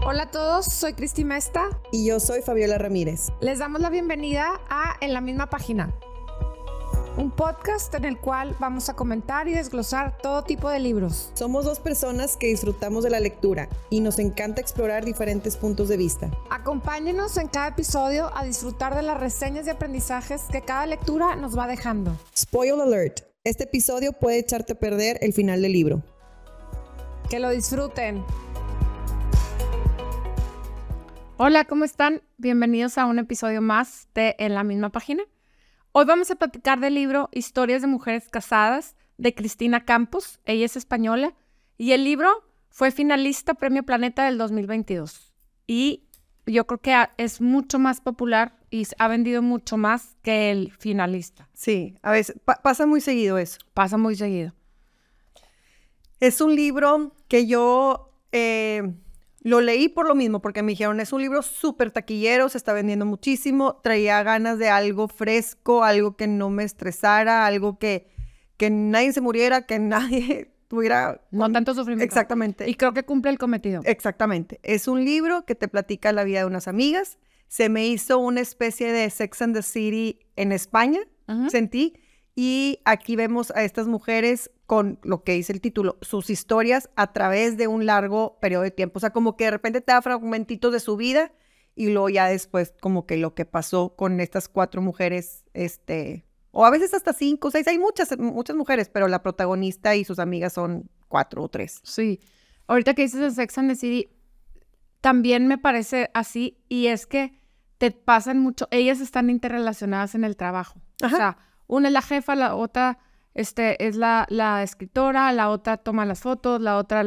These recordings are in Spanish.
Hola a todos, soy Cristi Mesta. Y yo soy Fabiola Ramírez. Les damos la bienvenida a En la misma página, un podcast en el cual vamos a comentar y desglosar todo tipo de libros. Somos dos personas que disfrutamos de la lectura y nos encanta explorar diferentes puntos de vista. Acompáñenos en cada episodio a disfrutar de las reseñas y aprendizajes que cada lectura nos va dejando. Spoiler alert, este episodio puede echarte a perder el final del libro. Que lo disfruten. Hola, ¿cómo están? Bienvenidos a un episodio más de En la misma página. Hoy vamos a platicar del libro Historias de mujeres casadas de Cristina Campos. Ella es española y el libro fue finalista Premio Planeta del 2022. Y yo creo que es mucho más popular y ha vendido mucho más que el finalista. Sí, a veces pasa muy seguido eso. Pasa muy seguido. Es un libro que yo lo leí por lo mismo, porque me dijeron, es un libro súper taquillero, se está vendiendo muchísimo, traía ganas de algo fresco, algo que no me estresara, algo que nadie se muriera, que nadie tuviera... No tanto sufrimiento. Exactamente. Y creo que cumple el cometido. Exactamente. Es un libro que te platica la vida de unas amigas. Se me hizo una especie de Sex and the City en España, sentí. Y aquí vemos a estas mujeres con lo que dice el título, sus historias a través de un largo periodo de tiempo. O sea, como que de repente te da fragmentitos de su vida y luego ya después como que lo que pasó con estas 4 mujeres, o a veces hasta 5, 6, hay muchas mujeres, pero la protagonista y sus amigas son 4 o 3. Sí. Ahorita que dices de Sex and the City, también me parece así, y es que te pasan mucho, ellas están interrelacionadas en el trabajo. Ajá. O sea, una es la jefa, la otra es la escritora, la otra toma las fotos, la otra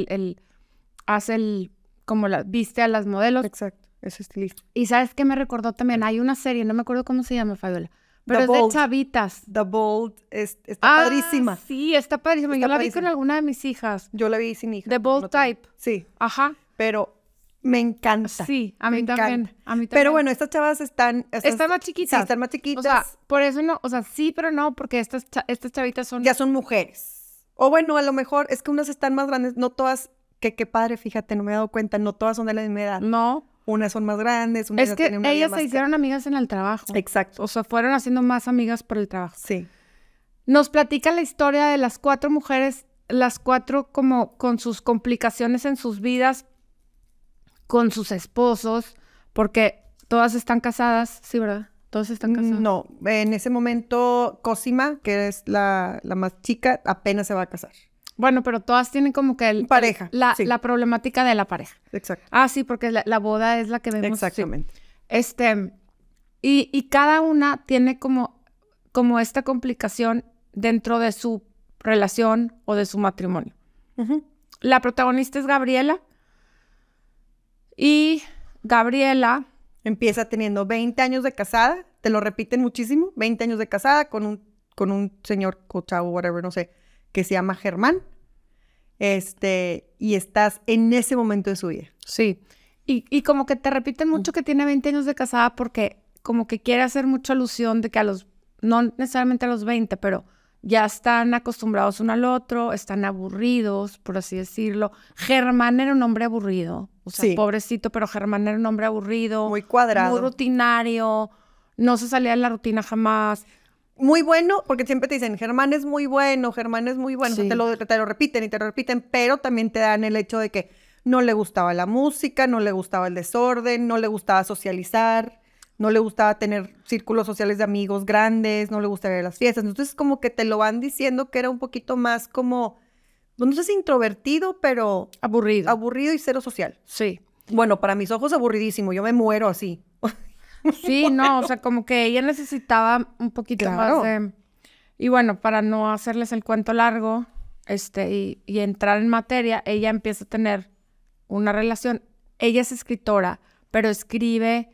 viste a las modelos. Exacto, es estilista. Y ¿sabes qué me recordó también? Hay una serie, no me acuerdo cómo se llama, Fabiola, pero es de chavitas. The Bold, está padrísima. Sí, está padrísima. Está Yo la vi padrísima. con alguna de mis hijas. Yo la vi sin hija. The Bold Type. Sí, Ajá. pero me encanta. Sí, a mí también. Pero bueno, estas chavas están más chiquitas. Sí, están más chiquitas. O sea, por eso no, o sea, sí, pero no, porque estas chavitas son... Ya son mujeres. O bueno, a lo mejor es que unas están más grandes, no todas, qué padre, fíjate, no me he dado cuenta, no todas son de la misma edad. No. Unas son más grandes, unas Es ya que tienen una vida ellas más se hicieron amigas en el trabajo. Exacto. O sea, fueron haciendo más amigas por el trabajo. Sí. Nos platica la historia de las 4 mujeres, las 4 como con sus complicaciones en sus vidas, con sus esposos, porque todas están casadas, ¿sí, verdad? Todas están casadas. No, en ese momento Cosima, que es la más chica, apenas se va a casar. Bueno, pero todas tienen como que pareja, sí. la problemática de la pareja. Exacto. Ah, sí, porque la boda es la que vemos. Exactamente. Sí. Y cada una tiene como esta complicación dentro de su relación o de su matrimonio. Uh-huh. La protagonista es Gabriela. Y Gabriela empieza teniendo 20 años de casada, te lo repiten muchísimo, 20 años de casada con un señor cochavo, whatever, no sé, que se llama Germán, y estás en ese momento de su vida. Sí, y como que te repiten mucho que tiene 20 años de casada porque como que quiere hacer mucha alusión de que no necesariamente a los 20, pero ya están acostumbrados uno al otro, están aburridos, por así decirlo. Germán era un hombre aburrido, o sea, sí. Pobrecito, pero Germán era un hombre aburrido. Muy cuadrado. Muy rutinario, no se salía de la rutina jamás. Muy bueno, porque siempre te dicen, Germán es muy bueno, Germán es muy bueno. Sí. O sea, te lo repiten y te lo repiten, pero también te dan el hecho de que no le gustaba la música, no le gustaba el desorden, no le gustaba socializar, no le gustaba tener círculos sociales de amigos grandes, no le gustaba ir a las fiestas. Entonces, como que te lo van diciendo que era un poquito más como, no sé si introvertido, pero... Aburrido. Aburrido y cero social. Sí. Bueno, para mis ojos aburridísimo, yo me muero así. Sí, no, o sea, como que ella necesitaba un poquito más de... Y bueno, para no hacerles el cuento largo, y entrar en materia, ella empieza a tener una relación. Ella es escritora, pero escribe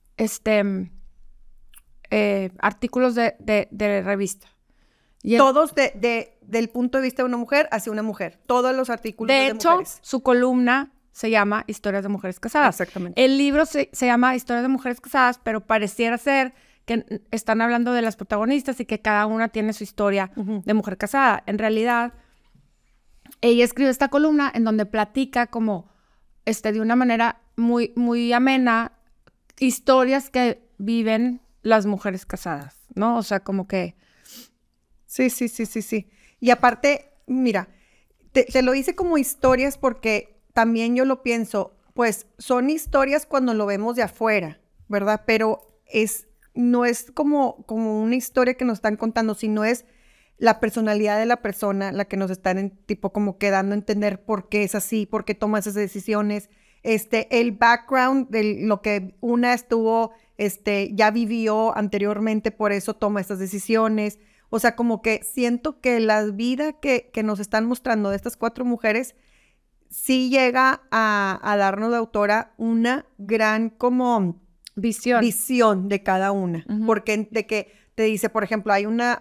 artículos de revista. Y todos del punto de vista de una mujer hacia una mujer. Todos los artículos de hecho, mujeres. su columna se llama Historias de Mujeres Casadas. Exactamente. El libro se llama Historias de Mujeres Casadas, pero pareciera ser que están hablando de las protagonistas y que cada una tiene su historia de mujer casada. En realidad, ella escribe esta columna en donde platica como de una manera muy, muy amena, historias que viven las mujeres casadas, ¿no? O sea, como que... Sí. Y aparte, mira, te lo hice como historias porque también yo lo pienso, pues son historias cuando lo vemos de afuera, ¿verdad? Pero no es como una historia que nos están contando, sino es la personalidad de la persona la que nos están tipo como quedando a entender por qué es así, por qué toma esas decisiones, el background de lo que una estuvo, ya vivió anteriormente, por eso toma estas decisiones. O sea, como que siento que la vida que nos están mostrando de estas 4 mujeres sí llega a darnos la autora una gran como visión de cada una. Uh-huh. Porque de que te dice, por ejemplo, hay una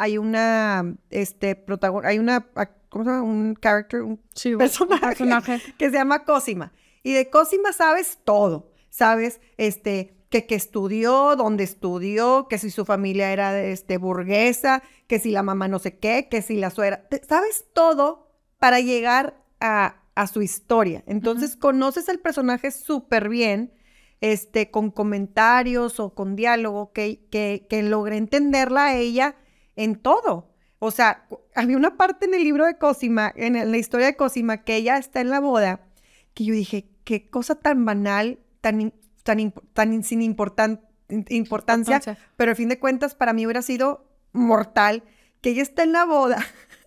¿cómo se llama? Un character, un personaje que se llama Cosima. Y de Cosima sabes todo. Sabes, que estudió, dónde estudió, que si su familia era burguesa, que si la mamá no sé qué, que si la suegra. Sabes todo para llegar a su historia. Entonces, uh-huh, conoces al personaje súper bien, con comentarios o con diálogo que logré entenderla a ella en todo. O sea, había una parte en el libro de Cosima, en la historia de Cosima, que ella está en la boda, que yo dije, qué cosa tan banal, tan sin importancia, pero al fin de cuentas para mí hubiera sido mortal, que ella está en la boda,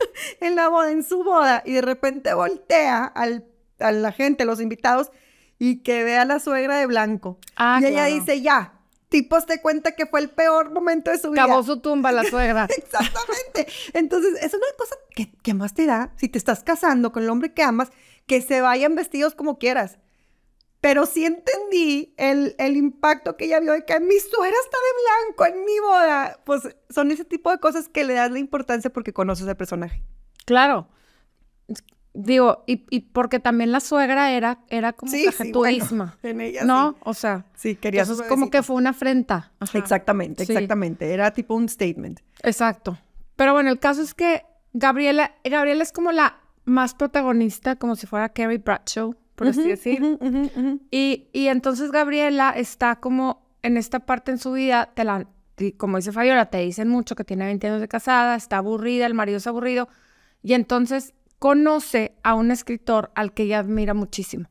en su boda, y de repente voltea a la gente, los invitados, y que ve a la suegra de blanco. Y ella dice, ya, tipo se cuenta que fue el peor momento de su vida. Cavó su tumba la suegra. Exactamente. Entonces, es una cosa que más te da, si te estás casando con el hombre que amas, que se vayan vestidos como quieras. Pero sí entendí el impacto que ella vio de que mi suegra está de blanco en mi boda. Pues son ese tipo de cosas que le das la importancia porque conoces al personaje. Claro. Digo, y porque también la suegra era como cajetuísima, bueno, en ella ¿no? Sí. O sea, sí, quería entonces como que fue una afrenta. Ajá. Exactamente. Era tipo un statement. Exacto. Pero bueno, el caso es que Gabriela es como la más protagonista, como si fuera Carrie Bradshaw, por así decir. Y entonces Gabriela está como en esta parte en su vida, como dice Fabiola, te dicen mucho que tiene 20 años de casada, está aburrida, el marido es aburrido, y entonces conoce a un escritor al que ella admira muchísimo.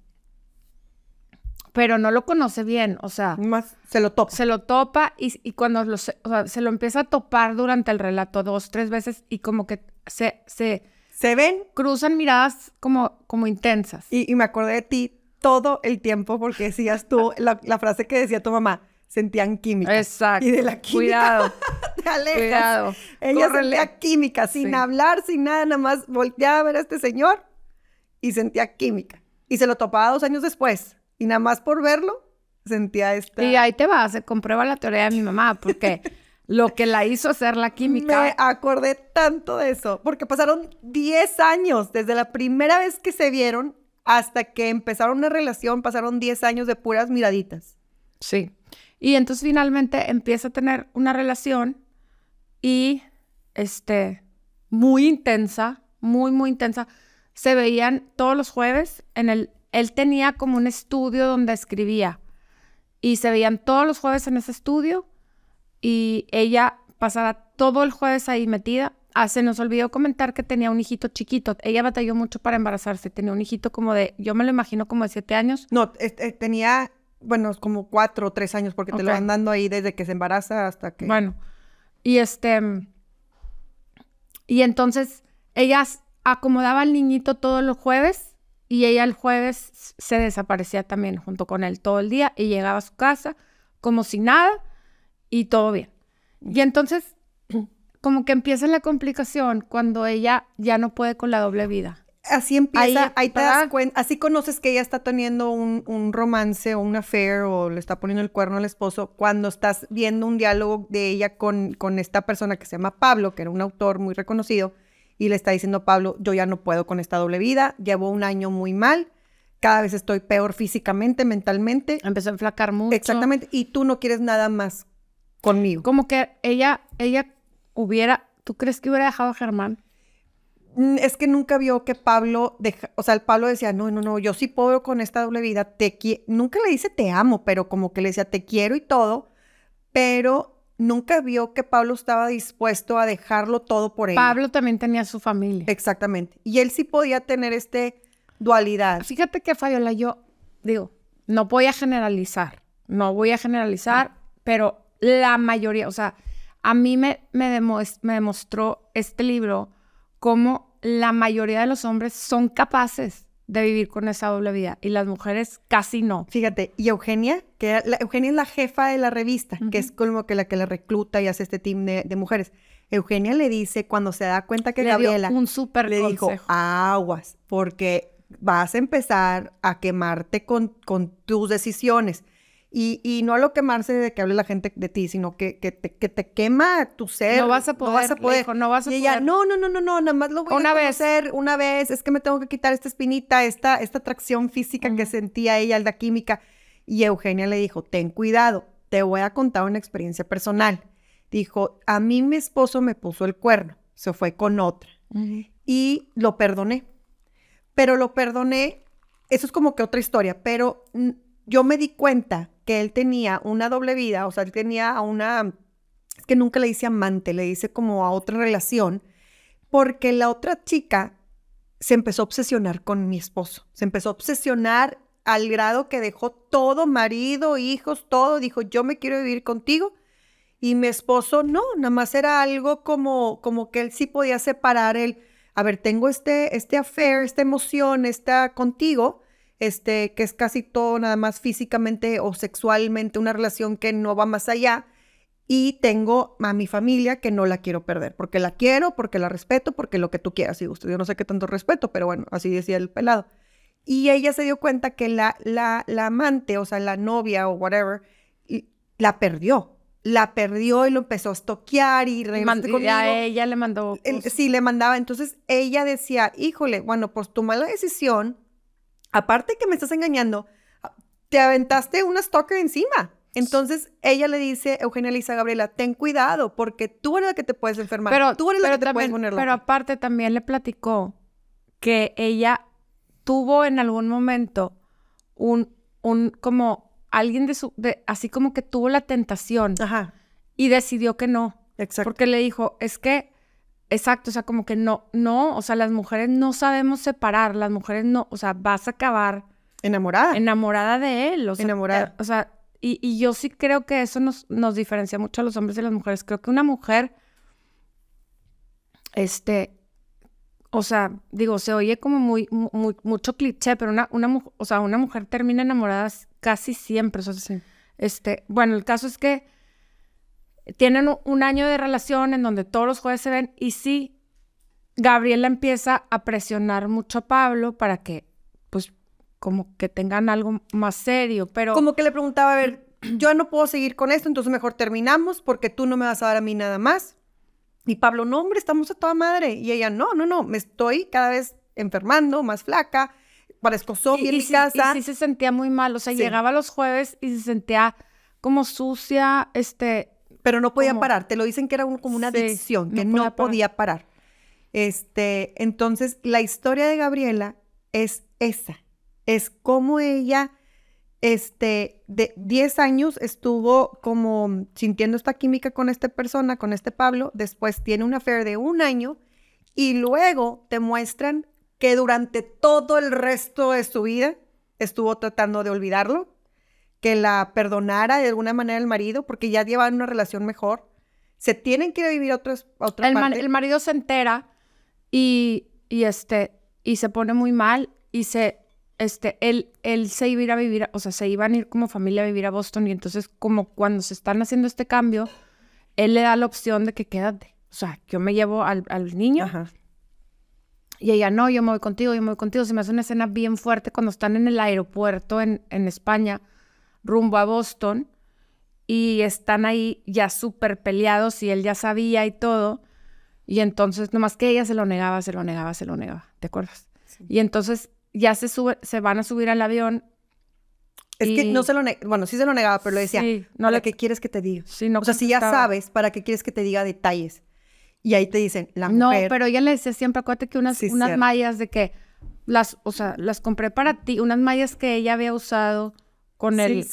Pero no lo conoce bien, o sea... Más se lo topa. Se lo topa y cuando se lo empieza a topar durante el relato 2, 3 veces y como que ¿Se ven? Cruzan miradas como intensas. Y me acordé de ti todo el tiempo porque decías tú la frase que decía tu mamá, sentían química. Exacto. Y de la química Cuidado. te alejas. Cuidado. Ella sentía química, sin hablar, sin nada más volteaba a ver a este señor y sentía química. Y se lo topaba 2 años después. Y nada más por verlo, sentía esta... Y ahí te va, se comprueba la teoría de mi mamá, porque... Lo que la hizo hacer la química. Me acordé tanto de eso, porque pasaron 10 años desde la primera vez que se vieron hasta que empezaron una relación, pasaron 10 años de puras miraditas. Sí. Y entonces finalmente empieza a tener una relación y, muy intensa, muy, muy intensa. Se veían todos los jueves él tenía como un estudio donde escribía y se veían todos los jueves en ese estudio. Y ella pasaba todo el jueves ahí metida. Se nos olvidó comentar que tenía un hijito chiquito. Ella batalló mucho para embarazarse. Tenía un hijito yo me lo imagino como de 7 años. No, tenía, bueno, como 4 o 3 años porque te lo van dando ahí desde que se embaraza hasta que... Bueno, y entonces ella acomodaba al niñito todos los jueves y ella el jueves se desaparecía también junto con él todo el día y llegaba a su casa como si nada. Y todo bien. Y entonces, como que empieza la complicación cuando ella ya no puede con la doble vida. Así empieza, ahí te das cuenta, así conoces que ella está teniendo un romance o un affair o le está poniendo el cuerno al esposo cuando estás viendo un diálogo de ella con esta persona que se llama Pablo, que era un autor muy reconocido, y le está diciendo, Pablo, yo ya no puedo con esta doble vida, llevo un año muy mal, cada vez estoy peor físicamente, mentalmente. Empezó a enflacar mucho. Exactamente, y tú no quieres nada más conmigo. Como que ella ¿tú crees que hubiera dejado a Germán? Es que nunca vio que Pablo, o sea, el Pablo decía, no, yo sí puedo con esta doble vida, nunca le dice te amo, pero como que le decía te quiero y todo, pero nunca vio que Pablo estaba dispuesto a dejarlo todo por ella. Pablo también tenía su familia. Exactamente. Y él sí podía tener dualidad. Fíjate que, Fabiola, yo digo, no voy a generalizar, pero la mayoría, o sea, a mí me demostró este libro cómo la mayoría de los hombres son capaces de vivir con esa doble vida y las mujeres casi no. Fíjate, y Eugenia, Eugenia es la jefa de la revista, que es como que la que la recluta y hace este team de mujeres. Eugenia le dice, cuando se da cuenta que Gabriela dio un súper le dijo, aguas, porque vas a empezar a quemarte con tus decisiones. Y no a lo quemarse de que hable la gente de ti, sino que te quema tu ser. No vas a poder. Dijo, no vas a y poder. ella, no, nada más lo voy a conocer una vez. Es que me tengo que quitar esta espinita, esta atracción física que sentía ella, la química. Y Eugenia le dijo, ten cuidado, te voy a contar una experiencia personal. Dijo, a mí mi esposo me puso el cuerno, se fue con otra. Y lo perdoné. Pero lo perdoné, eso es como que otra historia, pero yo me di cuenta que él tenía una doble vida, o sea, él tenía es que nunca le dice amante, le dice como a otra relación, porque la otra chica se empezó a obsesionar con mi esposo, se empezó a obsesionar al grado que dejó todo, marido, hijos, todo, dijo, yo me quiero vivir contigo, y mi esposo no, nada más era algo como que él sí podía separar a ver, tengo este affair, esta emoción, contigo, que es casi todo nada más físicamente o sexualmente una relación que no va más allá, y tengo a mi familia que no la quiero perder, porque la quiero, porque la respeto, porque lo que tú quieras, si gusta. Yo no sé qué tanto respeto, pero bueno, así decía el pelado. Y ella se dio cuenta que la amante, o sea, la novia o whatever, la perdió y lo empezó a stalkear y a ella le mandó. Sí, le mandaba. Entonces ella decía, híjole, bueno, pues tu mala decisión, aparte que me estás engañando, te aventaste una stalker encima. Entonces ella le dice, Eugenia le dice a Gabriela, ten cuidado, porque tú eres la que te puedes enfermar. Tú eres la que te puedes poner loca. Pero aparte también le platicó que ella tuvo en algún momento como alguien así como que tuvo la tentación. Ajá. Y decidió que no. Exacto. Porque le dijo, es que, exacto, o sea, como que no, o sea, las mujeres no sabemos separar, las mujeres no, o sea, vas a acabar enamorada de él. O sea, enamorada. O sea, y yo sí creo que eso nos diferencia mucho a los hombres y las mujeres. Creo que una mujer, o sea, digo, se oye como mucho cliché, pero una mujer termina enamorada casi siempre. O sea, sí. Bueno, el caso es que tienen un año de relación en donde todos los jueves se ven, y sí, Gabriela empieza a presionar mucho a Pablo para que, pues, como que tengan algo más serio, pero... Como que le preguntaba, a ver, yo no puedo seguir con esto, entonces mejor terminamos porque tú no me vas a dar a mí nada más. Y Pablo, no, hombre, estamos a toda madre. Y ella, no, me estoy cada vez enfermando, más flaca, parezco zombie en mi casa. Y sí se sentía muy mal, o sea, sí. Llegaba los jueves y se sentía como sucia, Pero no podía parar, te lo dicen que era como una adicción, que no podía parar. Entonces, la historia de Gabriela es esa, es como ella, de 10 años estuvo como sintiendo esta química con esta persona, con este Pablo, después tiene un affair de 1 año, y luego te muestran que durante todo el resto de su vida estuvo tratando de olvidarlo, que la perdonara de alguna manera el marido, porque ya llevaban una relación mejor. Se tienen que ir a vivir a otra parte. El marido se entera y se pone muy mal y él se iba a ir a vivir, o sea, se iban a ir como familia a vivir a Boston, y entonces como cuando se están haciendo este cambio, él le da la opción de que quédate. O sea, yo me llevo al niño. Ajá. Y ella, no, yo me voy contigo. Se me hace una escena bien fuerte cuando están en el aeropuerto en España, rumbo a Boston, y están ahí ya súper peleados y él ya sabía y todo, y entonces nomás que ella se lo negaba, ¿te acuerdas? Sí. Y entonces ya se van a subir al avión. Es que no se lo negaba, bueno, sí se lo negaba, pero le decía, sí, ¿para qué quieres que te diga? Sí, no, o sea, si ya sabes, ¿para qué quieres que te diga detalles? Y ahí te dicen, la No, mujer... pero ella le decía siempre, acuérdate que unas cierto. mallas de que las compré para ti, unas mallas que ella había usado con el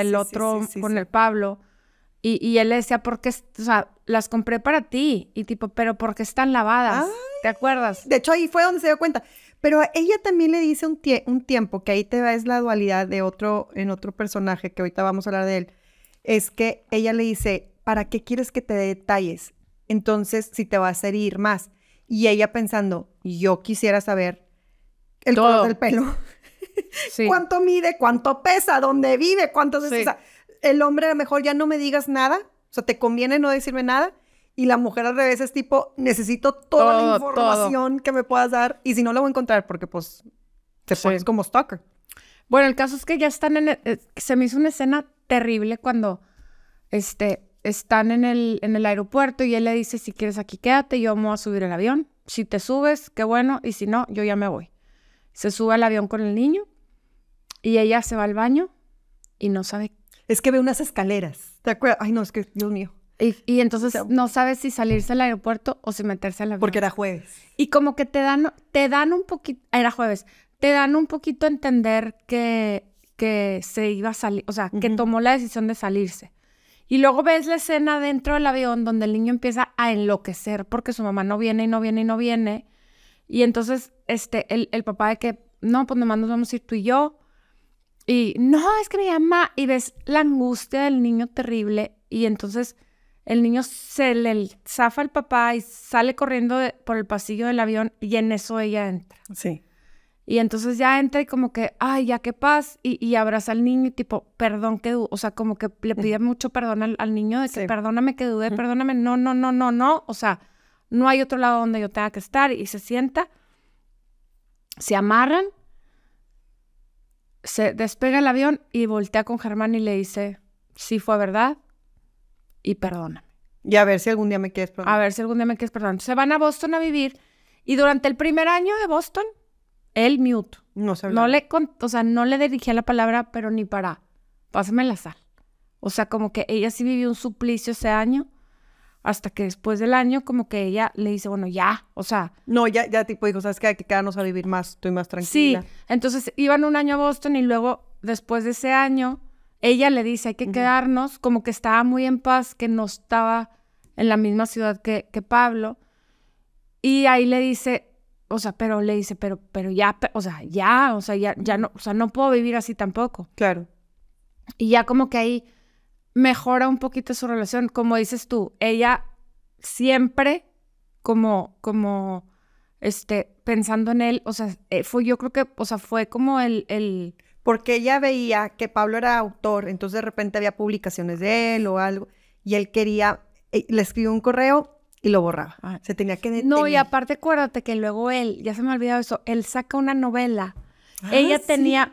Pablo. Y él le decía, ¿por qué? O sea, las compré para ti. Y tipo, ¿pero por qué están lavadas? Ay, ¿Te acuerdas? de hecho, ahí fue donde se dio cuenta. Pero ella también le dice un tiempo, que ahí te ves la dualidad de en otro personaje, que ahorita vamos a hablar de él, es que ella le dice, ¿para qué quieres que te dé detalles? Entonces, si te va a hacer ir más. Y ella pensando, yo quisiera saber el Todo. color del pelo. Sí. ¿Cuánto mide? ¿Cuánto pesa? ¿Dónde vive? ¿Cuántos? Sí. O sea, el hombre a lo mejor ya no me digas nada. O sea, te conviene no decirme nada. Y la mujer al revés es tipo, necesito toda la información que me puedas dar. Y si no, la voy a encontrar porque, pues, te pones como stalker. Bueno, el caso es que ya están se me hizo una escena terrible cuando, están en el aeropuerto y él le dice, si quieres aquí quédate, yo me voy a subir al avión. Si te subes, qué bueno. Y si no, yo ya me voy. Se sube al avión con el niño y ella se va al baño y no sabe. Es que ve unas escaleras. ¿Te acuerdas? Ay, no, es que, Dios mío. Y entonces no sabe si salirse al aeropuerto o si meterse al avión. Porque era jueves. Y como que te dan un poquito, era jueves, te dan un poquito a entender que se iba a salir, o sea, que tomó la decisión de salirse. Y luego ves la escena dentro del avión donde el niño empieza a enloquecer porque su mamá no viene y no viene y no viene. Y entonces el papá de que, no, pues nomás nos vamos a ir tú y yo. Y no, es que mi mamá. Y ves la angustia del niño terrible. Y entonces el niño se le zafa al papá y sale corriendo por el pasillo del avión. Y en eso ella entra. Sí. Y entonces ya entra y como que, ay, ya qué paz. Y abraza al niño y tipo, perdón que dudé. O sea, como que le pide mucho perdón al niño de que perdóname que dudé, perdóname. No, no, no, no, no. O sea, no hay otro lado donde yo tenga que estar. Y se sienta, se amarran, se despega el avión y voltea con Germán y le dice, sí fue verdad y perdóname. Y a ver si algún día me quieres perdonar. A ver si algún día me quieres perdonar. Se van a Boston a vivir y durante el primer año de Boston, él mute. No se no le dirigía la palabra, pero ni para, pásame la sal. O sea, como que ella sí vivió un suplicio ese año, hasta que después del año como que ella le dice, bueno, ya, o sea. No, ya tipo dijo, ¿sabes qué? Hay que quedarnos a vivir más, estoy más tranquila. Sí, entonces iban un año a Boston y luego, después de ese año, ella le dice, hay que quedarnos, como que estaba muy en paz, que no estaba en la misma ciudad que Pablo. Y ahí le dice, o sea, pero ya, ya no, o sea, no puedo vivir así tampoco. Claro. Y ya como que ahí mejora un poquito su relación, como dices tú, ella siempre como pensando en él, o sea, yo creo que, o sea, fue como el... Porque ella veía que Pablo era autor, entonces de repente había publicaciones de él o algo, y él quería, le escribió un correo y lo borraba. Se tenía que detener. No, y aparte acuérdate que luego él, ya se me ha olvidado eso, él saca una novela. Ella tenía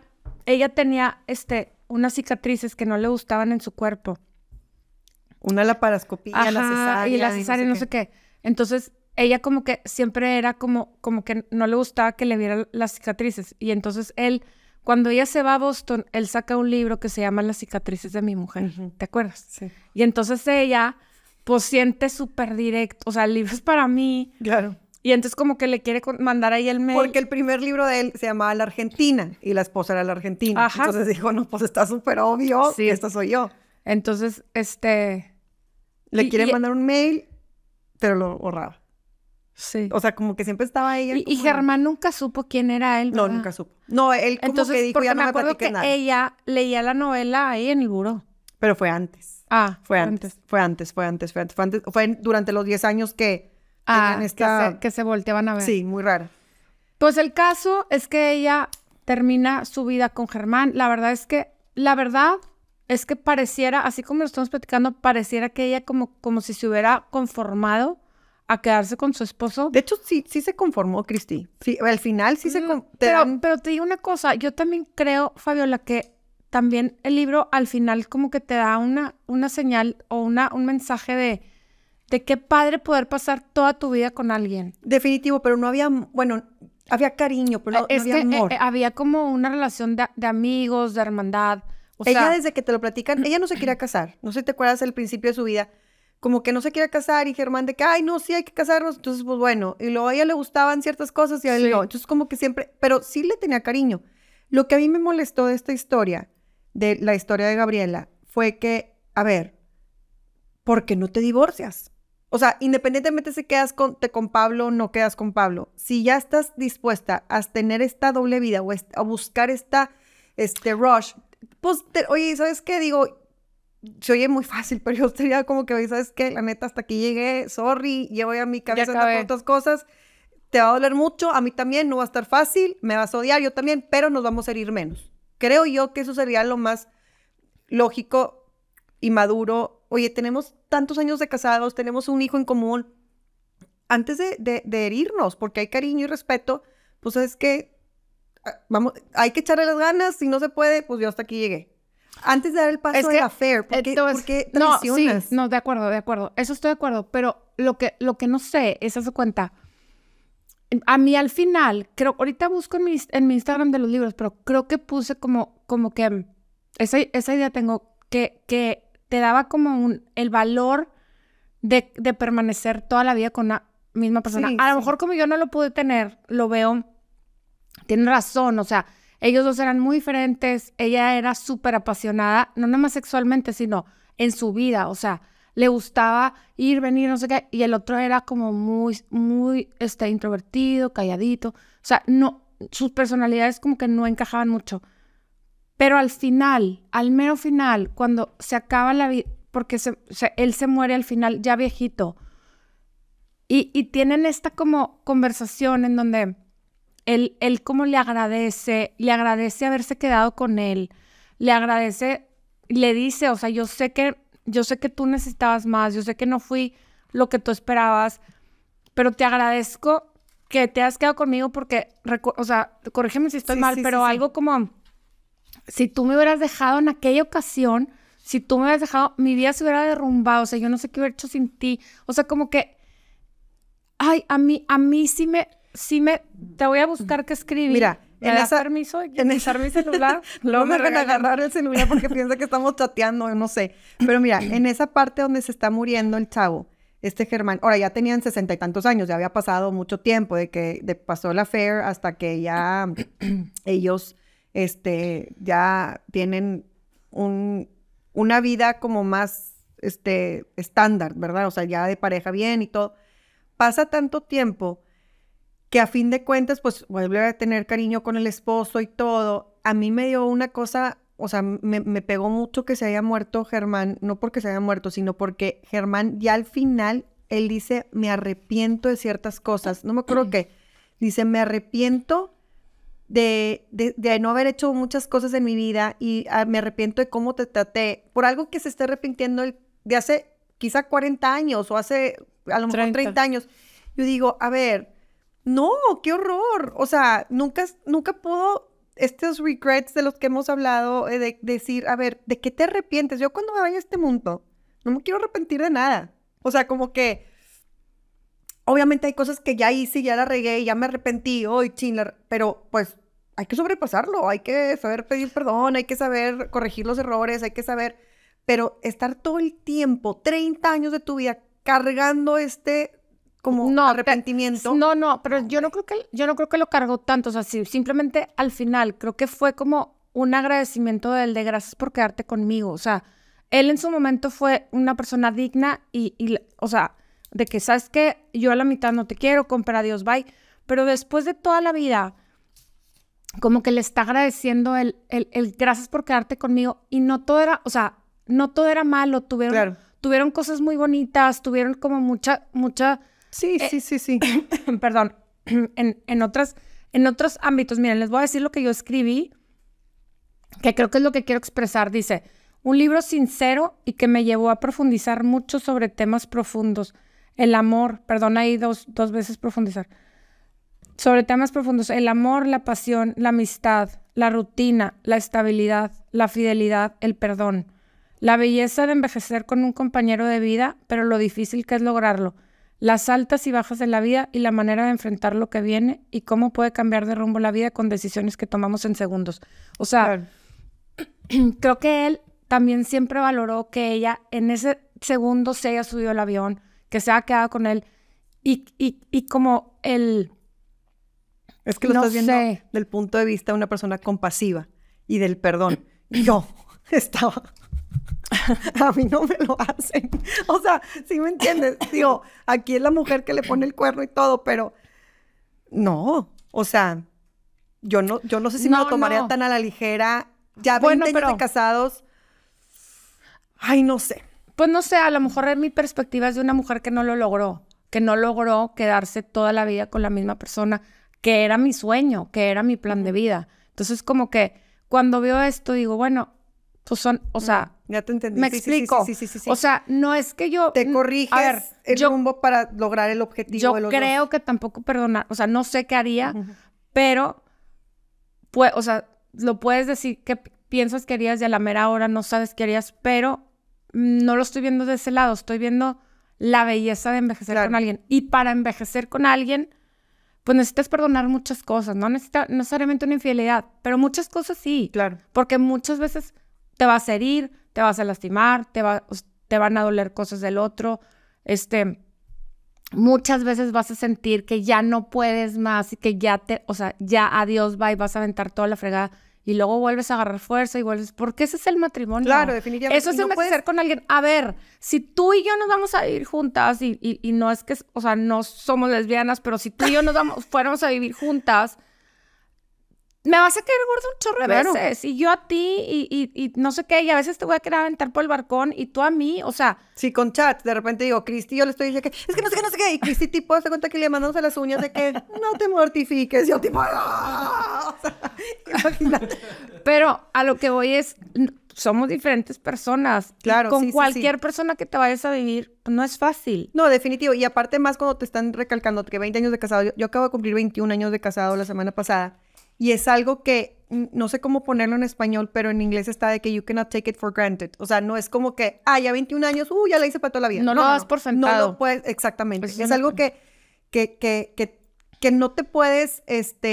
unas cicatrices que no le gustaban en su cuerpo. Una laparoscopía, la cesárea. Y la cesárea, no sé qué. Entonces, ella como que siempre era como que no le gustaba que le vieran las cicatrices. Y entonces él, cuando ella se va a Boston, él saca un libro que se llama Las cicatrices de mi mujer. ¿Te acuerdas? Sí. Y entonces ella, pues, siente súper directo. O sea, el libro es para mí. Claro. Y entonces como que le quiere mandar ahí el mail. Porque el primer libro de él se llamaba La Argentina y la esposa era la Argentina. Ajá. Entonces dijo, no, pues está súper obvio que esta soy yo. Entonces, le quiere mandar un mail, pero lo borraba. Sí. O sea, como que siempre estaba ella. Y Germán nunca supo quién era él, ¿verdad? No, nunca supo. No, él como entonces, que dijo, ya no me acuerdo platiques que nada. ella leía la novela ahí en el buró. Pero fue antes. Fue antes. Fue durante los 10 años que tenían que se volteaban a ver. Sí, muy rara. Pues el caso es que ella termina su vida con Germán. La verdad es que pareciera, así como lo estamos platicando, pareciera que ella como si se hubiera conformado a quedarse con su esposo. De hecho, sí se conformó, Cristi. Sí, al final sí se... Pero te digo una cosa, yo también creo, Fabiola, que también el libro al final como que te da una señal o un mensaje de qué padre poder pasar toda tu vida con alguien. Definitivo, pero no había, bueno, había cariño, pero no había amor. Había como una relación de amigos, de hermandad. Ella desde que te lo platican, ella no se quería casar. No sé si te acuerdas del principio de su vida, como que no se quiere casar y Germán de que, ay, no, sí hay que casarnos. Entonces, pues bueno, y luego a ella le gustaban ciertas cosas y a él no. Entonces, como que siempre, pero sí le tenía cariño. Lo que a mí me molestó de esta historia, de la historia de Gabriela, fue que, a ver, ¿por qué no te divorcias? O sea, independientemente si quedas con Pablo o no quedas con Pablo, si ya estás dispuesta a tener esta doble vida o a buscar rush, pues, oye, ¿sabes qué? Digo, se oye muy fácil, pero yo sería como que, oye, ¿sabes qué? La neta, hasta aquí llegué, sorry, llevo ya mi cabeza con otras cosas, te va a doler mucho, a mí también, no va a estar fácil, me vas a odiar, yo también, pero nos vamos a herir menos. Creo yo que eso sería lo más lógico y maduro. Oye, tenemos tantos años de casados, tenemos un hijo en común. Antes de herirnos, porque hay cariño y respeto, pues es que vamos, hay que echarle las ganas. Si no se puede, pues yo hasta aquí llegué. Antes de dar el paso de la affair, ¿por qué traicionas? No, de acuerdo. Eso estoy de acuerdo. Pero lo que no sé es hacer cuenta. A mí al final, creo, ahorita busco en mi Instagram de los libros, pero creo que puse como que esa idea tengo que te daba como el valor de permanecer toda la vida con una misma persona. Sí, a lo mejor como yo no lo pude tener, lo veo, tiene razón, o sea, ellos dos eran muy diferentes, ella era súper apasionada, no nada más sexualmente, sino en su vida, o sea, le gustaba ir, venir, no sé qué, y el otro era como muy introvertido, calladito, o sea, no, sus personalidades como que no encajaban mucho. Pero al final, al mero final, cuando se acaba la vida, porque él se muere al final ya viejito, y tienen esta como conversación en donde él como le agradece haberse quedado con él, le agradece, le dice, o sea, yo sé que tú necesitabas más, yo sé que no fui lo que tú esperabas, pero te agradezco que te has quedado conmigo porque, o sea, corrígeme si estoy mal, pero algo como, si tú me hubieras dejado en aquella ocasión, si tú me hubieras dejado, mi vida se hubiera derrumbado, o sea, yo no sé qué hubiera hecho sin ti, o sea, como que, ay, a mí sí me, te voy a buscar qué escribí. Mira, ¿me das permiso de quitar mi celular? No me van a agarrar el celular porque piensa que estamos chateando, no sé. Pero mira, en esa parte donde se está muriendo el chavo, Germán, ahora ya tenían 60 y tantos años, ya había pasado mucho tiempo pasó la affair hasta que ya ellos ya tienen una vida como más estándar, ¿verdad? O sea, ya de pareja bien y todo. Pasa tanto tiempo que a fin de cuentas, pues, vuelve a tener cariño con el esposo y todo. A mí me dio una cosa, o sea, me pegó mucho que se haya muerto Germán, no porque se haya muerto, sino porque Germán ya al final, él dice, me arrepiento de ciertas cosas. No me acuerdo qué. Dice, me arrepiento de no haber hecho muchas cosas en mi vida y me arrepiento de cómo te traté. Por algo que se está arrepintiendo de hace quizá 40 años o hace a lo mejor 30 años. Yo digo, a ver, no, qué horror. O sea, nunca puedo, estos regrets de los que hemos hablado, de decir, a ver, ¿de qué te arrepientes? Yo cuando me vaya a este mundo, no me quiero arrepentir de nada. O sea, como que, obviamente hay cosas que ya hice, ya la regué, ya me arrepentí, hoy pero pues hay que sobrepasarlo, hay que saber pedir perdón, hay que saber corregir los errores, hay que saber, pero estar todo el tiempo, 30 años de tu vida, cargando como arrepentimiento. No, pero yo no creo que lo cargó tanto, o sea, simplemente al final creo que fue como un agradecimiento de gracias por quedarte conmigo, o sea, él en su momento fue una persona digna y o sea, de que sabes que yo a la mitad no te quiero, compra, adiós, bye, pero después de toda la vida, como que le está agradeciendo el gracias por quedarte conmigo y no todo era, o sea, no todo era malo, tuvieron cosas muy bonitas, tuvieron como mucha Sí. perdón, en otros ámbitos. Miren, les voy a decir lo que yo escribí, que creo que es lo que quiero expresar. Dice, un libro sincero y que me llevó a profundizar mucho sobre temas profundos. El amor, perdón, ahí dos veces profundizar. Sobre temas profundos, el amor, la pasión, la amistad, la rutina, la estabilidad, la fidelidad, el perdón. La belleza de envejecer con un compañero de vida, pero lo difícil que es lograrlo. Las altas y bajas de la vida y la manera de enfrentar lo que viene y cómo puede cambiar de rumbo la vida con decisiones que tomamos en segundos. O sea, creo que él también siempre valoró que ella en ese segundos se haya subido al avión, que se haya quedado con él. Y como el... Es que lo estás viendo del punto de vista de una persona compasiva y del perdón. Yo estaba... A mí no me lo hacen. O sea, ¿sí me entiendes? Digo, aquí es la mujer que le pone el cuerno y todo, pero... No, o sea, yo no sé si me lo tomaría tan a la ligera. Ya 20 años de casados... Ay, no sé. Pues no sé, a lo mejor en mi perspectiva es de una mujer que no logró quedarse toda la vida con la misma persona, que era mi sueño, que era mi plan de vida. Entonces, como que cuando veo esto, digo, bueno, pues son, o sea... Ya te entendí. ¿Me explico? Sí. O sea, no es que yo... Te corriges el rumbo para lograr el objetivo de los dos. Yo creo que tampoco perdonar, o sea, no sé qué haría, pero, pues, o sea, lo puedes decir que piensas que harías y a la mera hora no sabes qué harías, pero no lo estoy viendo de ese lado, estoy viendo la belleza de envejecer con alguien. Y para envejecer con alguien, pues necesitas perdonar muchas cosas, no necesariamente una infidelidad, pero muchas cosas sí. Claro. Porque muchas veces te vas a herir, te vas a lastimar, te van a doler cosas del otro, muchas veces vas a sentir que ya no puedes más y que ya adiós, bye, vas a aventar toda la fregada y luego vuelves a agarrar fuerza y vuelves, porque ese es el matrimonio. Claro, definitivamente. Eso es envejecer con alguien. A ver, si tú y yo nos vamos a vivir juntas y no es que, o sea, no somos lesbianas, pero si tú y yo fuéramos a vivir juntas, me vas a caer gordo un chorro de veces. Y yo a ti, y no sé qué, y a veces te voy a querer aventar por el balcón, y tú a mí, o sea... Sí, con chat, de repente digo, Cristi, yo le estoy diciendo que, es que no sé qué, y Cristi tipo se cuenta que le mandamos las uñas de que no te mortifiques, yo tipo, ¡ah! O sea, imagínate. Pero a lo que voy es, somos diferentes personas. Claro, con cualquier persona que te vayas a vivir, no es fácil. No, definitivo, y aparte más cuando te están recalcando que 20 años de casado, yo acabo de cumplir 21 años de casado la semana pasada, y es algo que, no sé cómo ponerlo en español, pero en inglés está de que you cannot take it for granted. O sea, no es como que, ya 21 años, ya la hice para toda la vida. No lo das por sentado. No lo puedes, exactamente. Pues es algo que no te puedes,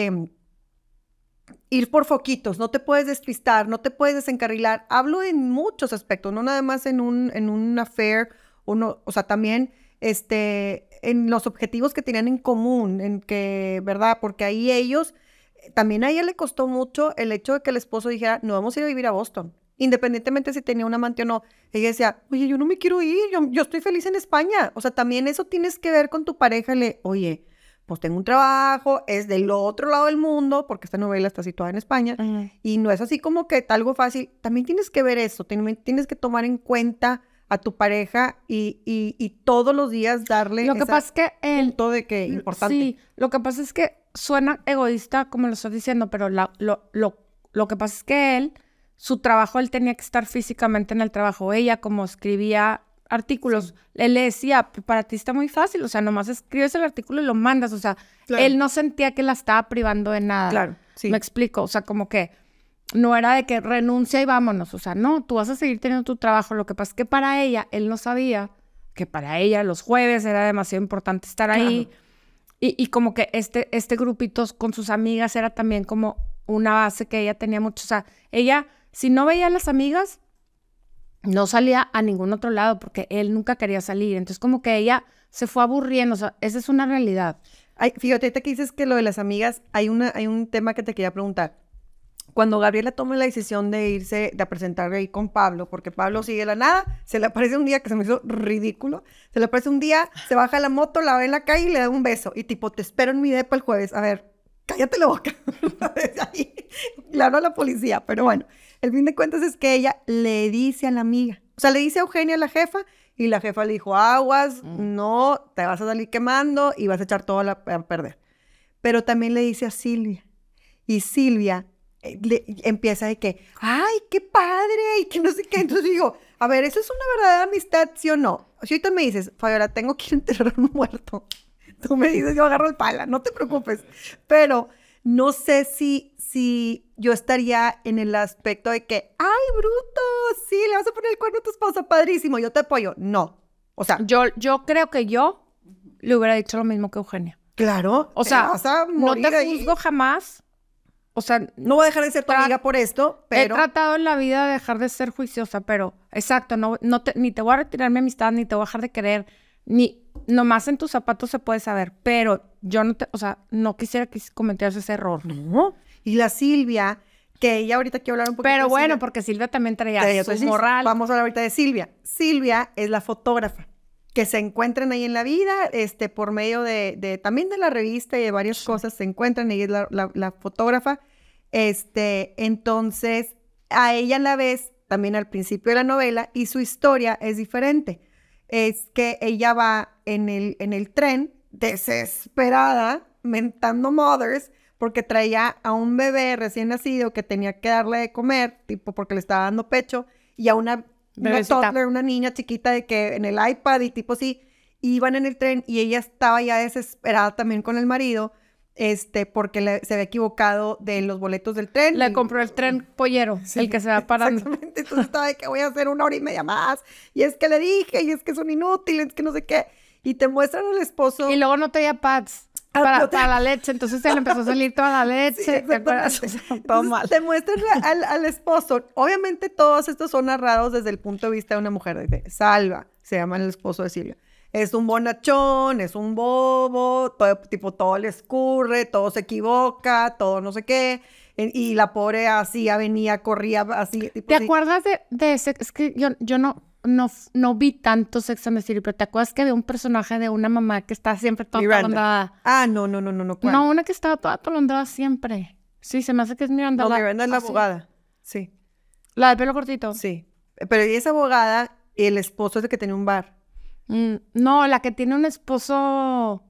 ir por foquitos, no te puedes despistar, no te puedes desencarrilar. Hablo en muchos aspectos, no nada más en un affair, o sea, también, en los objetivos que tenían en común, en que, ¿verdad? Porque ahí ellos... También a ella le costó mucho el hecho de que el esposo dijera, no vamos a ir a vivir a Boston. Independientemente si tenía un amante o no. Ella decía, oye, yo no me quiero ir, yo estoy feliz en España. O sea, también eso tienes que ver con tu pareja. Oye, pues tengo un trabajo, es del otro lado del mundo, porque esta novela está situada en España, y no es así como que algo fácil. También tienes que ver eso, tienes que tomar en cuenta a tu pareja y todos los días darle lo que pasa es que punto de que importante. Sí, lo que pasa es que suena egoísta como lo estoy diciendo, pero lo que pasa es que su trabajo, él tenía que estar físicamente en el trabajo. Ella, como escribía artículos, él le decía, para ti está muy fácil, o sea, nomás escribes el artículo y lo mandas, o sea, él no sentía que la estaba privando de nada. Claro, sí. Me explico, o sea, como que no era de que renuncia y vámonos, o sea, no, tú vas a seguir teniendo tu trabajo. Lo que pasa es que para ella, él no sabía que para ella los jueves era demasiado importante estar ahí. Y como que este grupito con sus amigas era también como una base que ella tenía mucho. O sea, ella, si no veía a las amigas, no salía a ningún otro lado porque él nunca quería salir. Entonces, como que ella se fue aburriendo. O sea, esa es una realidad. Ay, fíjate, ahorita que dices que lo de las amigas, hay un tema que te quería preguntar. Cuando Gabriela toma la decisión de irse, de presentar ahí con Pablo, porque Pablo sigue de la nada, se le aparece un día que se me hizo ridículo, se le aparece un día, se baja la moto, la ve en la calle y le da un beso. Y tipo, te espero en mi depa el jueves. A ver, cállate la boca. Desde ahí, claro, a la policía. Pero bueno, el fin de cuentas es que ella le dice a la amiga, o sea, le dice a Eugenia, la jefa, y la jefa le dijo, aguas, no, te vas a salir quemando y vas a echar todo a perder. Pero también le dice a Silvia. Y Silvia empieza de que, ¡ay, qué padre! Y que no sé qué. Entonces digo, a ver, ¿eso es una verdadera amistad, sí o no? Si ahorita me dices, Fabiola, tengo que ir a enterrar a un muerto. Tú me dices, yo agarro el pala, no te preocupes. Pero no sé si yo estaría en el aspecto de que, ¡ay, bruto! Sí, le vas a poner el cuerno a tu esposa, padrísimo, yo te apoyo. No. O sea, yo creo que yo le hubiera dicho lo mismo que Eugenia. Claro. O sea, vas a morir no te ahí. juzgo jamás. o sea... No voy a dejar de ser tu amiga por esto, pero... He tratado en la vida de dejar de ser juiciosa, pero, exacto, ni te voy a retirar mi amistad, ni te voy a dejar de querer, ni... Nomás en tus zapatos se puede saber, pero yo no quisiera que cometieras ese error. No. Y la Silvia, que ella ahorita quiero hablar un poquito pero de bueno, Silvia. porque Silvia también traía su moral. Vamos a hablar ahorita de Silvia. Silvia es la fotógrafa que se encuentran ahí en la vida, por medio también de la revista y de varias cosas se encuentran, ella es la fotógrafa. Entonces, a ella la ves también al principio de la novela y su historia es diferente. Es que ella va en el tren desesperada, mentando mothers, porque traía a un bebé recién nacido que tenía que darle de comer, tipo porque le estaba dando pecho, y a una toddler, una niña chiquita de que en el iPad y tipo así, iban en el tren y ella estaba ya desesperada también con el marido, porque se había equivocado de los boletos del tren. Le compró el tren pollero, sí, el que se va parando. Exactamente, entonces estaba de que voy a hacer 1 hora y media más, y es que le dije, y es que son inútiles, que no sé qué, y te muestran al esposo. Y luego no tenía pads para la leche, entonces se le empezó a salir toda la leche. Sí, todo mal. Te muestran al esposo. Obviamente todos estos son narrados desde el punto de vista de una mujer, de Salva, se llama el esposo de Silvia. Es un bonachón, es un bobo, todo le escurre, todo se equivoca, todo no sé qué. Y la pobre así venía, corría así. ¿Te acuerdas de ese? Es que yo no vi tanto Sex and the City, pero ¿te acuerdas que había un personaje de una mamá que estaba siempre toda atolondrada? Ah, no. ¿Cuál? No, una que estaba toda atolondrada siempre. Sí, se me hace que es Miranda. No, Miranda es la abogada. Sí. ¿La de pelo cortito? Sí. Pero esa abogada, el esposo es el que tenía un bar. No, la que tiene un esposo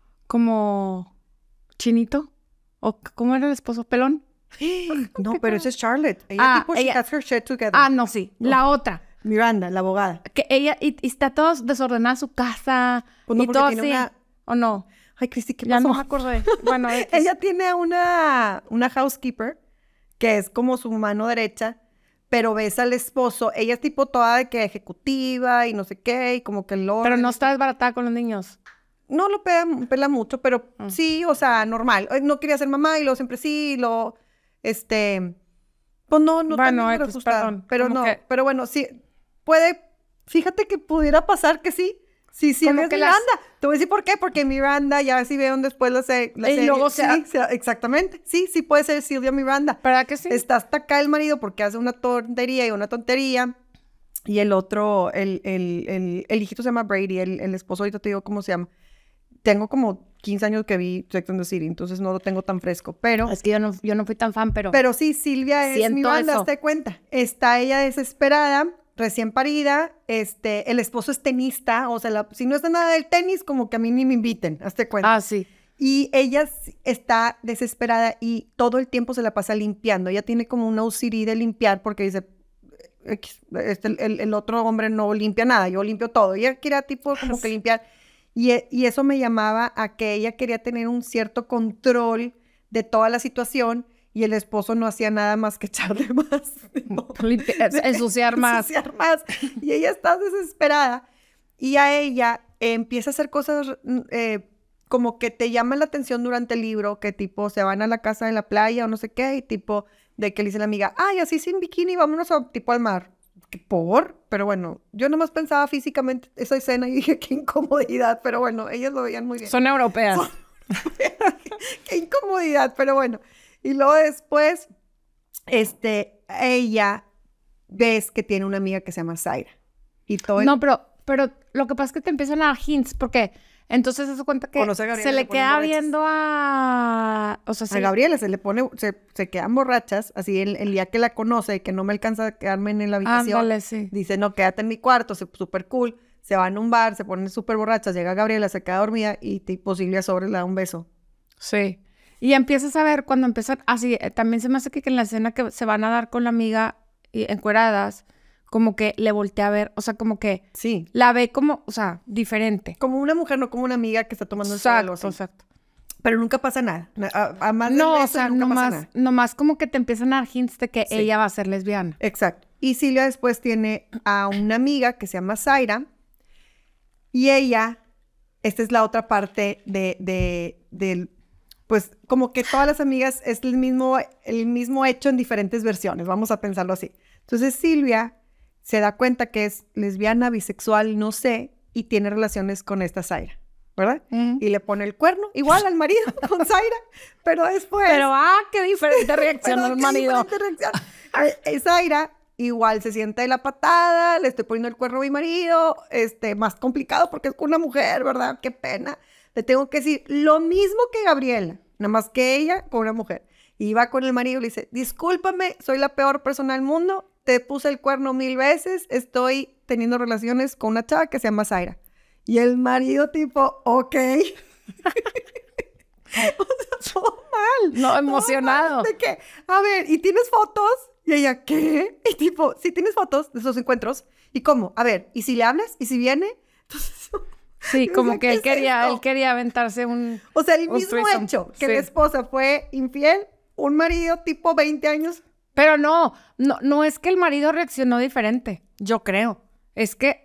como chinito. ¿O cómo era el esposo? ¿Pelón? No, pero esa es Charlotte. Ella she has her shit together. No, sí. No. La otra. Miranda, la abogada. Que ella, y está todo desordenada su casa. Pues no, y todo así. ¿O no? Ay, Cristi, ¿qué pasó? Ya no me acordé. Bueno, ella tiene una housekeeper que es como su mano derecha, pero ves al esposo. Ella es tipo toda de que ejecutiva y no sé qué, y como que lo... Pero no está desbaratada con los niños. No lo pela mucho, pero sí, o sea, normal. No quería ser mamá y luego siempre sí, pues no bueno, tan ajustada. Pero no, pero bueno, sí, fíjate que pudiera pasar que sí. Sí, es Miranda. Te voy a decir por qué, porque Miranda, ya si vieron después la serie. Y luego exactamente. Sí, puede ser Silvia Miranda. ¿Verdad que sí? Está hasta acá el marido porque hace una tontería y una tontería. Y el otro, el hijito se llama Brady, el esposo, ahorita te digo cómo se llama. Tengo como 15 años que vi Sex and the City, entonces no lo tengo tan fresco, pero... Es que yo no fui tan fan, pero... Pero sí, Silvia es Miranda, hazte cuenta. Está ella desesperada, recién parida, el esposo es tenista, o sea, si no está nada del tenis, como que a mí ni me inviten, hazte cuenta. Ah, sí. Y ella está desesperada y todo el tiempo se la pasa limpiando. Ella tiene como una OCD de limpiar porque dice, el otro hombre no limpia nada, yo limpio todo. Ella quería tipo como que limpiar. Y eso me llamaba a que ella quería tener un cierto control de toda la situación y el esposo no hacía nada más que echarle más. ¿No? Ensuciar más. Y ella está desesperada. Y a ella empieza a hacer cosas como que te llaman la atención durante el libro, que tipo se van a la casa de la playa o no sé qué, y tipo de que le dice la amiga, ay, así sin bikini, vámonos tipo al mar. Pero bueno, yo nomás pensaba físicamente esa escena y dije, qué incomodidad, pero bueno, ellas lo veían muy bien. Son europeas. Qué incomodidad, pero bueno. Y luego después, ella ves que tiene una amiga que se llama Zaira. Y todo no, pero lo que pasa es que te empiezan a dar hints, porque entonces se da cuenta que se le queda viendo a... O sea, a Gabriela se quedan borrachas, así el día que la conoce, que no me alcanza a quedarme en la habitación. Ándale, sí. Dice, no, quédate en mi cuarto, súper cool. Se van a un bar, se ponen súper borrachas, llega Gabriela, se queda dormida y tipo Silvia Sobres le da un beso. Sí. Y empiezas a ver cuando empiezan... Así, también se me hace que en la escena que se van a dar con la amiga encueradas, como que le voltea a ver, o sea, como que sí, la ve como, o sea, diferente. Como una mujer, no como una amiga que está tomando exacto, el sol. Exacto. Pero nunca pasa nada. No, o sea, nomás como que te empiezan a dar hints de que ella va a ser lesbiana. Exacto. Y Silvia después tiene a una amiga que se llama Zaira, y ella, esta es la otra parte del pues como que todas las amigas es el mismo hecho en diferentes versiones, vamos a pensarlo así. Entonces Silvia se da cuenta que es lesbiana, bisexual, no sé, y tiene relaciones con esta Zaira, ¿verdad? Y le pone el cuerno, igual al marido, con Zaira, pero después... Pero, qué diferente reacción al marido. Zaira igual se siente de la patada, le estoy poniendo el cuerno a mi marido, más complicado porque es con una mujer, ¿verdad? Qué pena. Le tengo que decir lo mismo que Gabriela, nada más que ella con una mujer. Y va con el marido y le dice, discúlpame, soy la peor persona del mundo, te puse el cuerno 1000 veces, estoy teniendo relaciones con una chava que se llama Zaira. Y el marido tipo, ok. O sea, todo mal. No, emocionado. Mal, de que, a ver, ¿y tienes fotos? Y ella, ¿qué? Y tipo, sí tienes fotos de esos encuentros. ¿Y cómo? A ver, ¿y si le hablas? ¿Y si viene? Entonces, sí, como que él quería aventarse un... O sea, el mismo hecho que la esposa fue infiel, un marido tipo 20 años. Pero no es que el marido reaccionó diferente, yo creo. Es que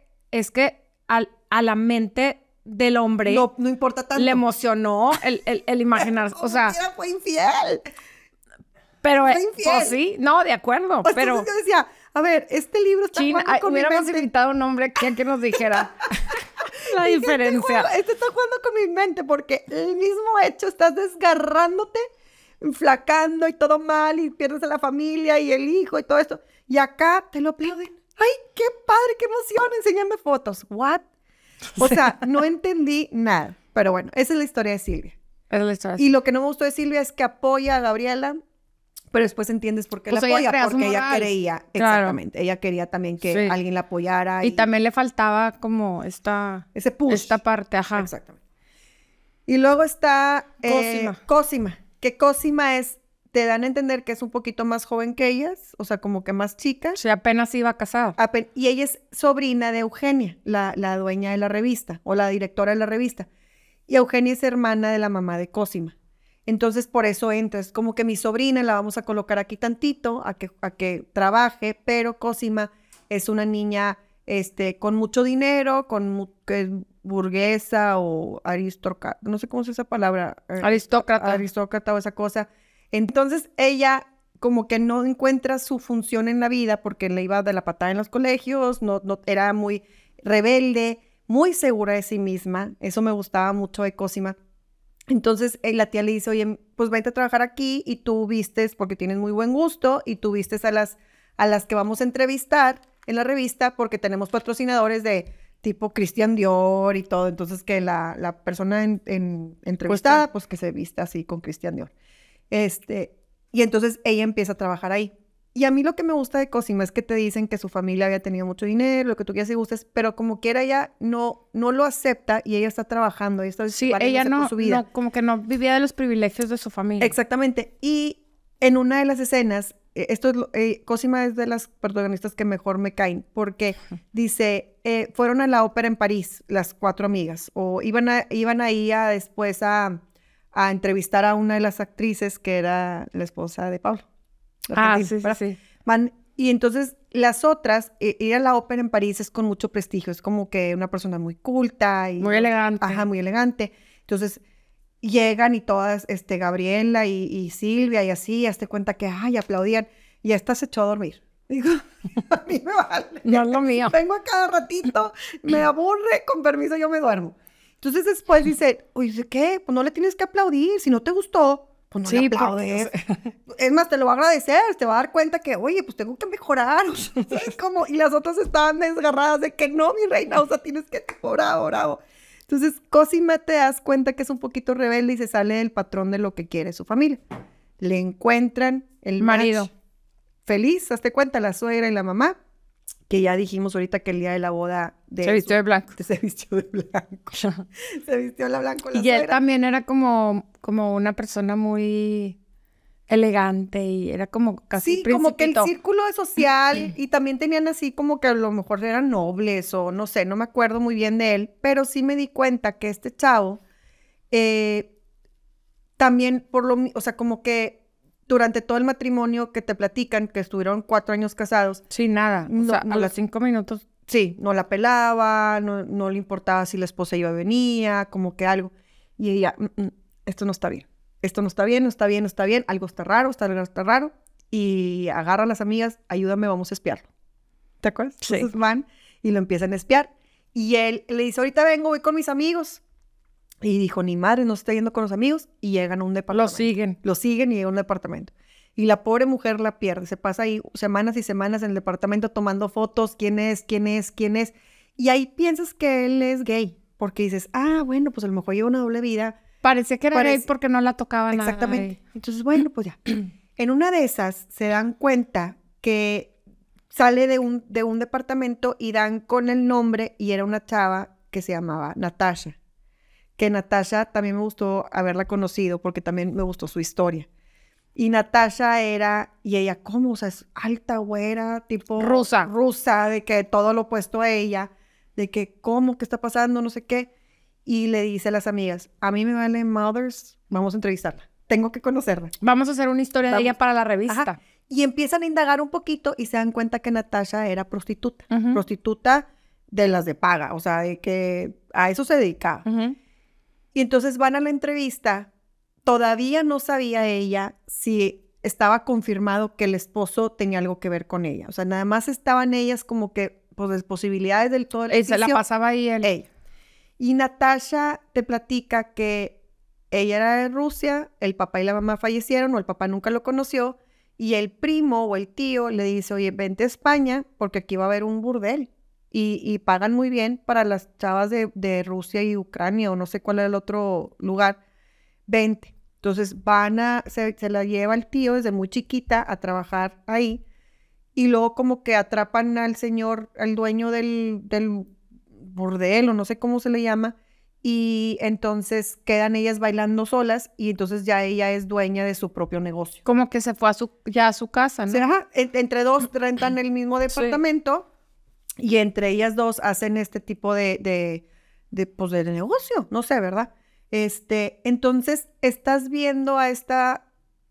a la mente del hombre... No importa tanto. Le emocionó el imaginar, o sea... fue infiel. Pero, pues sí, no, de acuerdo, pues pero... Entonces yo decía, a ver, este libro está jugando con mi mente. Hubiéramos invitado a un hombre que nos dijera la diferencia. Este está jugando con mi mente porque el mismo hecho, estás desgarrándote, flacando y todo mal y pierdes a la familia y el hijo y todo esto. Y acá te lo aplauden. ¡Ay, qué padre, qué emoción! Enséñame fotos. ¿What? O sea, no entendí nada. Pero bueno, esa es la historia de Silvia. Esa es la historia. Y lo que no me gustó de Silvia es que apoya a Gabriela, pero después entiendes por qué la apoya, porque ella creía, exactamente, ella quería también que alguien la apoyara. Y también le faltaba como ese push. Esta parte, ajá. Exactamente. Y luego está Cosima. Que Cosima te dan a entender que es un poquito más joven que ellas, o sea, como que más chica. Sí, apenas iba a casar. Y ella es sobrina de Eugenia, la dueña de la revista, o la directora de la revista. Y Eugenia es hermana de la mamá de Cosima. Entonces, por eso entra. Es como que mi sobrina la vamos a colocar aquí tantito, a que trabaje, pero Cosima es una niña con mucho dinero, que es burguesa o aristócrata, no sé cómo es esa palabra. Aristócrata o esa cosa. Entonces, ella como que no encuentra su función en la vida porque le iba de la patada en los colegios, no era muy rebelde, muy segura de sí misma. Eso me gustaba mucho de Cosima. Entonces, la tía le dice, oye, pues vente a trabajar aquí y tú vistes, porque tienes muy buen gusto, y tú vistes a las que vamos a entrevistar en la revista porque tenemos patrocinadores de tipo Christian Dior y todo. Entonces, que la persona entrevistada, pues que se vista así con Christian Dior. Y entonces ella empieza a trabajar ahí. Y a mí lo que me gusta de Cosima es que te dicen que su familia había tenido mucho dinero, lo que tú quieras y gustes, pero como quiera ella no lo acepta y ella está trabajando, ella está ella por su vida. como que no vivía de los privilegios de su familia. Exactamente. Y en una de las escenas, Cosima es de las protagonistas que mejor me caen, porque dice, fueron a la ópera en París, las 4 amigas, o iban ahí después a entrevistar a una de las actrices que era la esposa de Pablo. Sí. Y entonces las otras, ir a la ópera en París es con mucho prestigio, es como que una persona muy culta y... Muy elegante. Ajá, muy elegante. Entonces llegan y todas, Gabriela y Silvia y así, hazte cuenta que, aplaudían. Y esta se echó a dormir. Digo, a mí me vale. No es lo mío. Vengo a cada ratito, me aburre, con permiso yo me duermo. Entonces después dice, oye, ¿qué? Pues no le tienes que aplaudir, si no te gustó, pues no le aplaudes. Es más, te lo va a agradecer, te va a dar cuenta que, oye, pues tengo que mejorar. O sea, ¿sabes cómo? Y las otras estaban desgarradas de que no, mi reina, o sea, tienes que... Bravo. Entonces, Cosima te das cuenta que es un poquito rebelde y se sale del patrón de lo que quiere su familia. Le encuentran el marido. Feliz, hazte cuenta, la suegra y la mamá, que ya dijimos ahorita que el día de la boda... Se vistió de blanco. Se vistió de blanco. Se vistió la blanco la y suegra. Él también era como una persona muy elegante y era como casi principito. Como que el círculo social y también tenían así como que a lo mejor eran nobles o no sé, no me acuerdo muy bien de él, pero sí me di cuenta que este chavo también o sea, como que durante todo el matrimonio que te platican, que estuvieron 4 años casados. Sí, nada. O sea, a los 5 minutos. Sí, no la pelaba, no le importaba si la esposa iba o venía, como que algo. Y ella, esto no está bien. esto no está bien, no está bien, no está bien, algo está raro, algo está raro. Y agarra a las amigas, ayúdame, vamos a espiarlo. ¿Te acuerdas? Sí. Entonces van y lo empiezan a espiar. Y él le dice, ahorita vengo, voy con mis amigos. Y dijo, ni madre, no se está yendo con los amigos. Y llegan a un departamento. Lo siguen y llegan a un departamento. Y la pobre mujer la pierde. Se pasa ahí semanas y semanas en el departamento tomando fotos. ¿Quién es? ¿Quién es? ¿Quién es? Y ahí piensas que él es gay. Porque dices, bueno, pues a lo mejor lleva una doble vida. Parecía que era gay porque no la tocaba nada. Exactamente. Entonces, bueno, pues ya. En una de esas se dan cuenta que sale de un departamento y dan con el nombre y era una chava que se llamaba Natasha. Que Natasha también me gustó haberla conocido porque también me gustó su historia. Y Natasha y ella, ¿cómo? O sea, es alta, güera, tipo... Rusa, de que todo lo opuesto a ella, de que, ¿cómo? ¿Qué está pasando? No sé qué. Y le dice a las amigas, a mí me vale Mothers, vamos a entrevistarla. Tengo que conocerla. Vamos a hacer una historia de ella para la revista. Ajá. Y empiezan a indagar un poquito y se dan cuenta que Natasha era prostituta. Uh-huh. Prostituta de las de paga, o sea, de que a eso se dedicaba. Uh-huh. Y entonces van a la entrevista. Todavía no sabía ella si estaba confirmado que el esposo tenía algo que ver con ella. O sea, nada más estaban ellas como que, pues, las posibilidades del todo el edificio. Se la pasaba ahí él. Ella. Y Natasha te platica que ella era de Rusia, el papá y la mamá fallecieron, o el papá nunca lo conoció, y el primo o el tío le dice, oye, vente a España, porque aquí va a haber un burdel, y pagan muy bien para las chavas de Rusia y Ucrania, o no sé cuál era el otro lugar, vente. Entonces se la lleva el tío desde muy chiquita a trabajar ahí, y luego como que atrapan al señor, al dueño del burdel, o no sé cómo se le llama, y entonces quedan ellas bailando solas y entonces ya ella es dueña de su propio negocio. Como que se fue a su casa, ¿no? O sea, entre dos rentan el mismo departamento y entre ellas dos hacen este tipo de negocio, no sé, ¿verdad? Entonces estás viendo a esta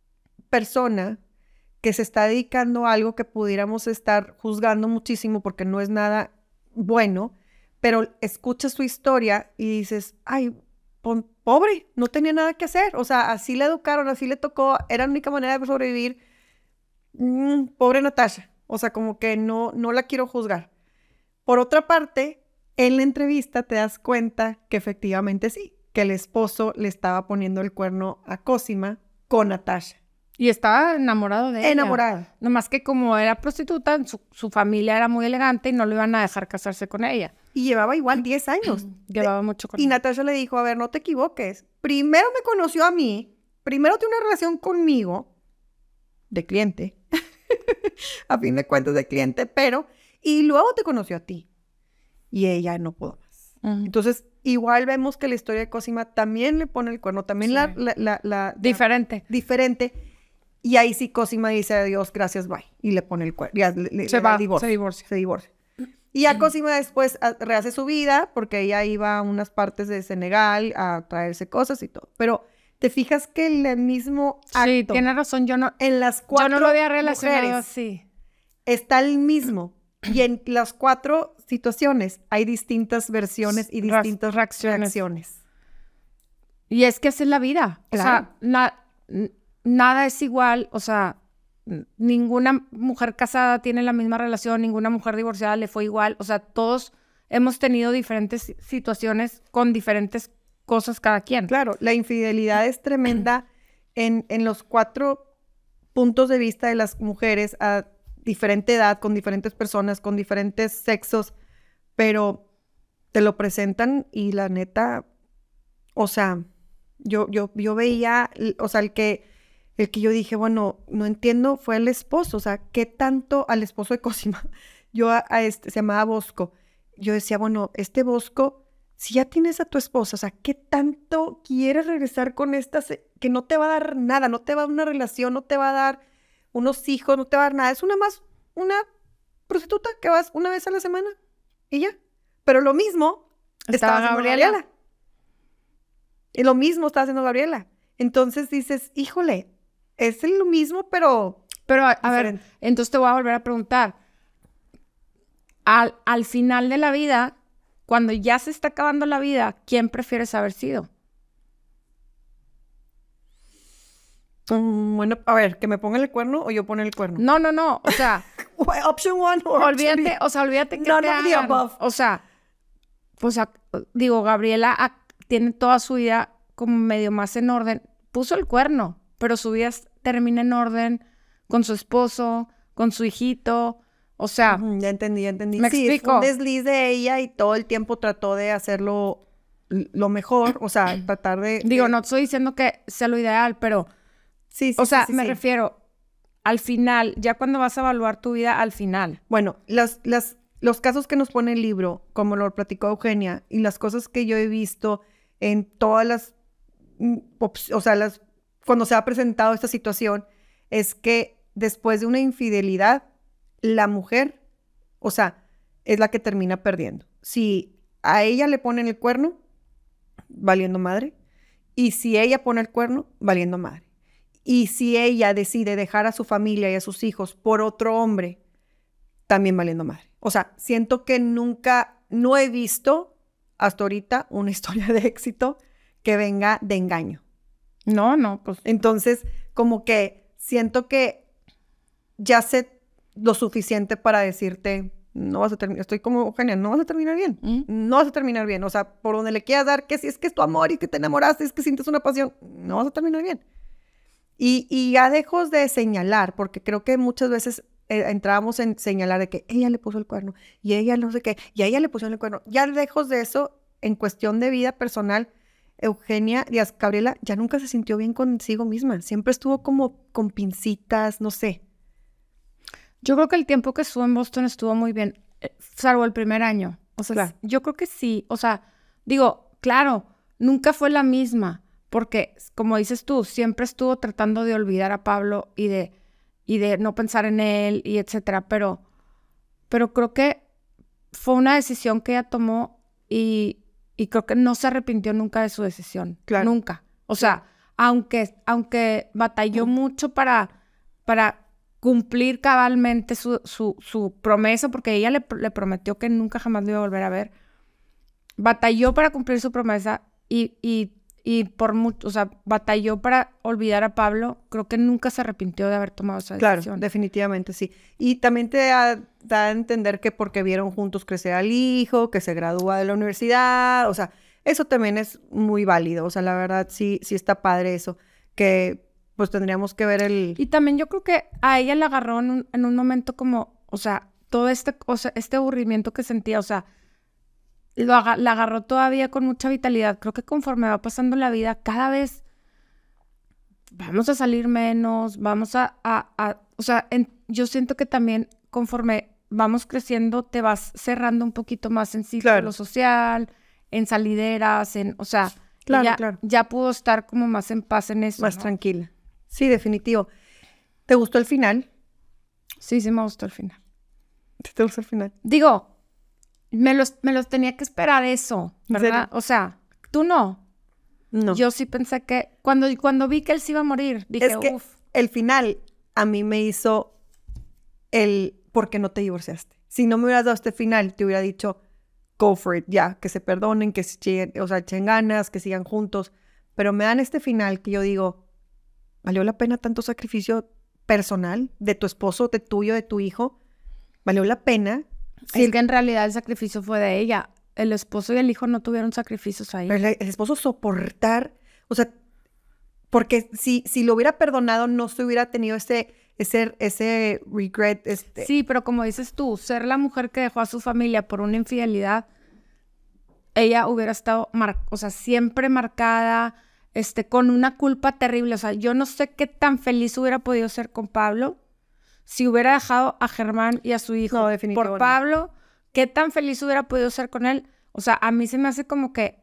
persona que se está dedicando a algo que pudiéramos estar juzgando muchísimo porque no es nada bueno, pero escuchas su historia y dices, ay, pobre, no tenía nada que hacer. O sea, así le educaron, así le tocó, era la única manera de sobrevivir. Pobre Natasha. O sea, como que no la quiero juzgar. Por otra parte, en la entrevista te das cuenta que efectivamente sí, que el esposo le estaba poniendo el cuerno a Cosima con Natasha. Y estaba enamorado de ella. Enamorada. Nomás que como era prostituta, su familia era muy elegante y no lo iban a dejar casarse con ella. Y llevaba igual 10 años. Llevaba mucho con ella. Y Natasha le dijo, a ver, no te equivoques. Primero me conoció a mí. Primero tiene una relación conmigo. De cliente. A fin de cuentas de cliente. Pero... Y luego te conoció a ti. Y ella no pudo más. Uh-huh. Entonces, igual vemos que la historia de Cosima también le pone el cuerno. También Diferente. Diferente. Y ahí sí Cosima dice adiós, gracias, bye. Y le pone el cuerno. Se divorcia. Y ya Cosima después rehace su vida porque ella iba a unas partes de Senegal a traerse cosas y todo. Pero te fijas que el mismo acto... Sí, tiene razón. En las 4 yo no lo había relacionado así. Está el mismo. Y en las 4 situaciones hay distintas versiones y distintas reacciones. Y es que esa es la vida. Claro. O sea, nada es igual. O sea, ninguna mujer casada tiene la misma relación, ninguna mujer divorciada le fue igual. O sea, todos hemos tenido diferentes situaciones con diferentes cosas cada quien. Claro, la infidelidad es tremenda en los 4 puntos de vista de las mujeres a diferente edad, con diferentes personas, con diferentes sexos, pero te lo presentan y la neta, o sea, yo veía, o sea, el que yo dije, bueno, no entiendo, fue el esposo, o sea, ¿qué tanto al esposo de Cosima? Yo se llamaba Bosco, yo decía, bueno, Bosco, si ya tienes a tu esposa, o sea, ¿qué tanto quieres regresar con esta que no te va a dar nada, no te va a dar una relación, no te va a dar unos hijos, no te va a dar nada, es una prostituta que vas una vez a la semana y ya. Pero lo mismo estaba haciendo Gabriela. Y lo mismo estaba haciendo Gabriela. Entonces dices, híjole, es lo mismo, pero a ver, entonces te voy a volver a preguntar. Al final de la vida, cuando ya se está acabando la vida, ¿quién prefieres haber sido? Bueno, a ver, ¿que me ponga el cuerno o yo poner el cuerno? No, o sea... Option one or olvídate, o sea, olvídate que te hagan. O sea, pues, digo, Gabriela tiene toda su vida como medio más en orden. Puso el cuerno, pero su vida termina en orden con su esposo, con su hijito. O sea... Ya entendí. ¿Me explico? Fue un desliz de ella y todo el tiempo trató de hacerlo lo mejor. O sea, tratar de... Digo, no estoy diciendo que sea lo ideal, pero... Sí, o sea, me refiero al final, ya cuando vas a evaluar tu vida al final. Bueno, los casos que nos pone el libro, como lo platicó Eugenia, y las cosas que yo he visto en todas las... o sea, cuando se ha presentado esta situación, es que después de una infidelidad, la mujer, o sea, es la que termina perdiendo. Si a ella le ponen el cuerno, valiendo madre. Y si ella pone el cuerno, valiendo madre. Y si ella decide dejar a su familia y a sus hijos por otro hombre, también valiendo madre. O sea, siento que no he visto hasta ahorita una historia de éxito que venga de engaño. No, pues... Entonces, como que siento que ya sé lo suficiente para decirte, no vas a terminar, estoy como Eugenia, no vas a terminar bien. No vas a terminar bien. O sea, por donde le quieras dar, que si es que es tu amor y que te enamoraste, es que sientes una pasión, no vas a terminar bien. Y ya dejos de señalar, porque creo que muchas veces entrábamos en señalar de que ella le puso el cuerno y ella no sé qué, y a ella le pusieron el cuerno. Ya lejos de eso, en cuestión de vida personal, Gabriela ya nunca se sintió bien consigo misma. Siempre estuvo como con pincitas, no sé. Yo creo que el tiempo que estuvo en Boston estuvo muy bien, salvo el primer año. O sea, claro. Yo creo que sí. O sea, digo, claro, nunca fue la misma. Porque, como dices tú, siempre estuvo tratando de olvidar a Pablo y de no pensar en él y etcétera. Pero creo que fue una decisión que ella tomó y creo que no se arrepintió nunca de su decisión. Claro. Nunca. O sea, aunque batalló mucho para cumplir cabalmente su promesa, porque ella le prometió que nunca jamás lo iba a volver a ver. Batalló para cumplir su promesa y por mucho, o sea, batalló para olvidar a Pablo. Creo que nunca se arrepintió de haber tomado esa decisión. Claro, definitivamente sí. Y también te da a entender que porque vieron juntos crecer al hijo, que se gradúa de la universidad, o sea, eso también es muy válido. O sea, la verdad sí está padre eso, que pues tendríamos que ver Y también yo creo que a ella le agarró en un momento como, o sea, todo este aburrimiento que sentía, o sea, la agarró todavía con mucha vitalidad. Creo que conforme va pasando la vida, cada vez vamos a salir menos, vamos o sea, yo siento que también conforme vamos creciendo, te vas cerrando un poquito más en círculo social, en salideras, o sea, claro. Ya pudo estar como más en paz en eso, más ¿no? Tranquila. Sí, definitivo. ¿Te gustó el final? Sí, me gustó el final. ¿Te gustó el final? Digo, me los tenía que esperar eso, ¿verdad? O sea, ¿tú no? No. Yo sí pensé que... Cuando vi que él se iba a morir, dije, es que el final a mí me hizo ¿por qué no te divorciaste? Si no me hubieras dado este final, te hubiera dicho, go for it, ya, que se perdonen, que echen ganas, que sigan juntos. Pero me dan este final que yo digo, ¿valió la pena tanto sacrificio personal de tu esposo, de tuyo, de tu hijo? ¿Valió la pena? Es que en realidad el sacrificio fue de ella. El esposo y el hijo no tuvieron sacrificios ahí. Pero el esposo soportar, o sea, porque si lo hubiera perdonado, no se hubiera tenido ese regret. Sí, pero como dices tú, ser la mujer que dejó a su familia por una infidelidad, ella hubiera estado, o sea, siempre marcada, con una culpa terrible. O sea, yo no sé qué tan feliz hubiera podido ser con Pablo si hubiera dejado a Germán y a su hijo por Pablo. ¿Qué tan feliz hubiera podido ser con él? O sea, a mí se me hace como que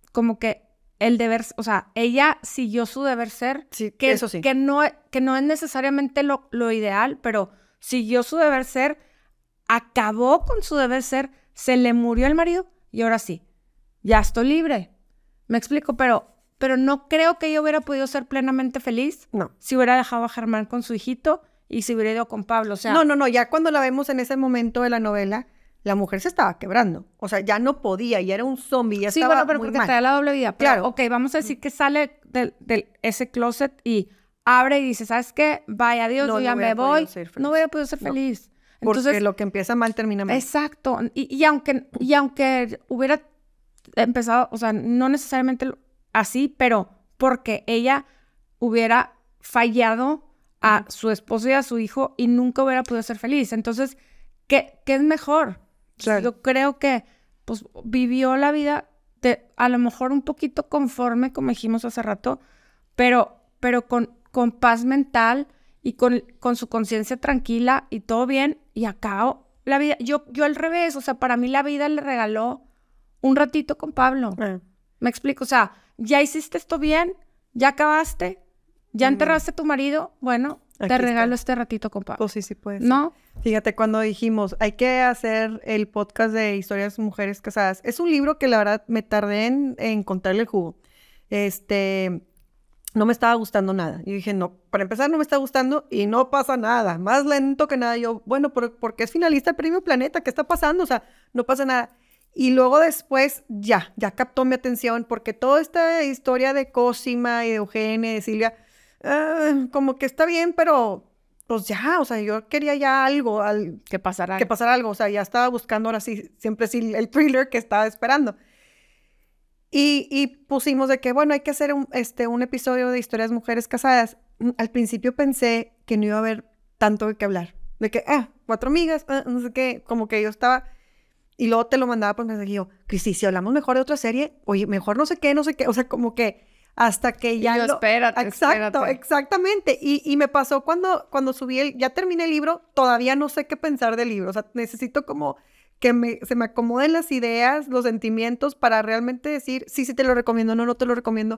el deber, o sea, ella siguió su deber ser, sí, que, eso sí. que no es necesariamente lo ideal, pero siguió su deber ser, acabó con su deber ser, se le murió el marido y ahora sí, ya estoy libre. Me explico, pero no creo que ella hubiera podido ser plenamente feliz si hubiera dejado a Germán con su hijito y se hubiera ido con Pablo, o sea... No, ya cuando la vemos en ese momento de la novela, la mujer se estaba quebrando. O sea, ya no podía, ya era un zombie, ya estaba pero muy porque mal. trae la doble vida. Pero, claro. Ok, vamos a decir que sale de ese closet y abre y dice, ¿sabes qué? Vaya, adiós, yo ya me voy. No voy a poder ser feliz. Entonces, porque lo que empieza mal termina mal. Exacto. Y aunque hubiera empezado, o sea, no necesariamente así, pero porque ella hubiera fallado a su esposo y a su hijo y nunca hubiera podido ser feliz. Entonces, ¿qué es mejor? Claro. Yo creo que pues vivió la vida a lo mejor un poquito conforme, como dijimos hace rato, pero con paz mental y con su conciencia tranquila y todo bien, y acá la vida, yo al revés, o sea, para mí la vida le regaló un ratito con Pablo. ¿Me explico? O sea, ya hiciste esto bien, ya acabaste, ya enterraste a tu marido, bueno, aquí te regalo este ratito con Pablo. Pues sí puede ser. ¿No? Fíjate, cuando dijimos, hay que hacer el podcast de historias de mujeres casadas, es un libro que la verdad me tardé en encontrarle el jugo. No me estaba gustando nada. Y dije, no, para empezar no me está gustando y no pasa nada. Más lento que nada. Yo, bueno, porque es finalista del Premio Planeta, ¿qué está pasando? O sea, no pasa nada. Y luego después ya captó mi atención porque toda esta historia de Cosima y de Eugenia y de Silvia, como que está bien, pero pues ya, o sea, yo quería ya algo. Que pasara algo. O sea, ya estaba buscando ahora sí, siempre sí, el thriller que estaba esperando. Y pusimos de que, bueno, hay que hacer un episodio de historias de mujeres casadas. Al principio pensé que no iba a haber tanto de qué hablar. De que, 4 amigas, no sé qué, como que yo estaba... Y luego te lo mandaba por mensaje y yo, Cristi, si hablamos mejor de otra serie, oye, mejor no sé qué. O sea, como que hasta que ya... Y yo, espérate. Exactamente. Y me pasó cuando subí ya terminé el libro, todavía no sé qué pensar del libro. O sea, necesito como... que se me acomoden las ideas, los sentimientos para realmente decir, sí te lo recomiendo, no te lo recomiendo.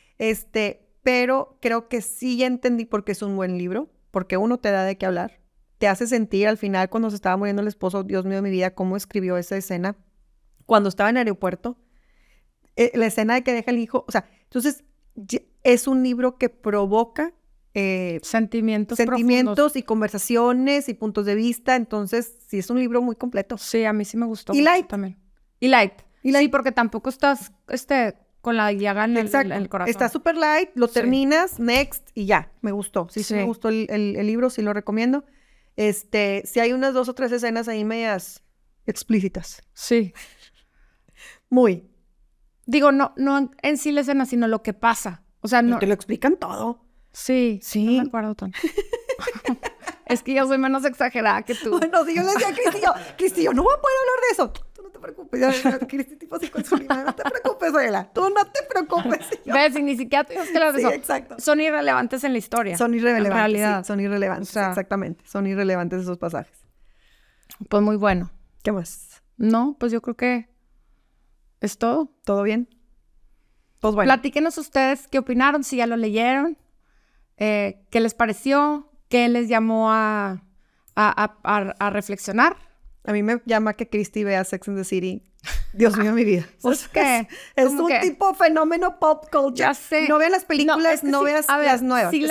Pero creo que sí ya entendí por qué es un buen libro, porque uno te da de qué hablar, te hace sentir al final cuando se estaba muriendo el esposo, Dios mío de mi vida, cómo escribió esa escena, cuando estaba en el aeropuerto, la escena de que deja el hijo, o sea, entonces es un libro que provoca sentimientos y conversaciones y puntos de vista. Entonces, sí, es un libro muy completo. Sí, a mí sí me gustó. Y light. También. Y light. Sí, porque tampoco estás con la llaga en el corazón. Está súper light, lo terminas, next, y ya. Me gustó. Sí me gustó el libro, sí lo recomiendo. Sí hay unas 2 o 3 escenas ahí medias explícitas. Sí. Muy. Digo, no en sí la escena, sino lo que pasa. O sea, no... Te lo explican todo. Sí. No me acuerdo tanto. Es que yo soy menos exagerada que tú. Bueno, si yo le decía a Cristi, yo no voy a poder hablar de eso. Tú no te preocupes. Cristi, tipo así con su lima. No te preocupes, Oela. Tú no te preocupes. ¿Ves? Y ni siquiera tienes que hablar de eso. Sí, exacto. Son irrelevantes en la historia. Son irrelevantes. En realidad. Sí, son irrelevantes, o sea, exactamente. Son irrelevantes esos pasajes. Pues muy bueno. ¿Qué más? No, pues yo creo que es todo. ¿Todo bien? Pues bueno. Platíquenos ustedes qué opinaron, si ya lo leyeron. ¿Qué les pareció? ¿Qué les llamó a reflexionar? A mí me llama que Cristi vea Sex and the City. Dios mío, mi vida. Pues que es un tipo fenómeno pop culture. Ya sé. No veas las películas, no veas las nuevas. Sí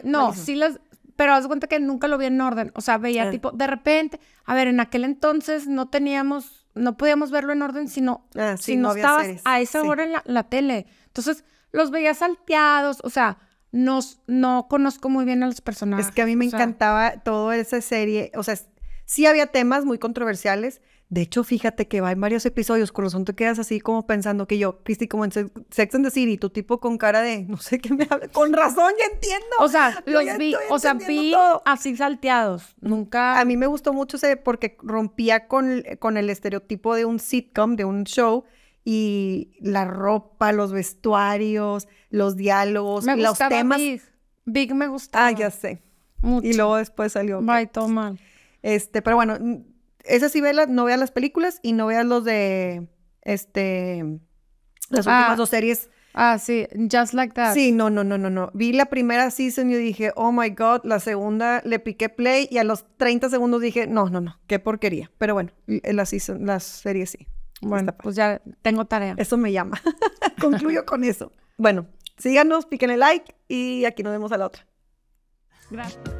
pero haz cuenta que nunca lo vi en orden. O sea, veía tipo, de repente, a ver, en aquel entonces no podíamos verlo en orden si no estabas series. A esa hora en la tele. Entonces, los veía salteados, o sea... No conozco muy bien a los personajes. Es que a mí me encantaba toda esa serie. O sea, sí había temas muy controversiales. De hecho, fíjate que va en varios episodios. Con razón te quedas así como pensando que yo, Cristi, como en Sex and the City, tu tipo con cara de no sé qué me habla. Con razón, ya entiendo. O sea, vi todo. Así salteados. Nunca. A mí me gustó mucho porque rompía con el estereotipo de un sitcom, de un show. Y la ropa, los vestuarios, los diálogos, los temas. Big me gustaba. Ya sé. Mucho. Y luego después salió. Bye, todo mal. Pero bueno, esa sí no veas las películas y no veas los de las últimas 2 series. Sí, Just Like That. Sí, no. Vi la primera season y yo dije, oh my God, la segunda le piqué play y a los 30 segundos dije, no, qué porquería. Pero bueno, las series sí. Bueno, pues ya tengo tarea. Eso me llama. Concluyo con eso. Bueno, síganos, píquenle like y aquí nos vemos a la otra. Gracias.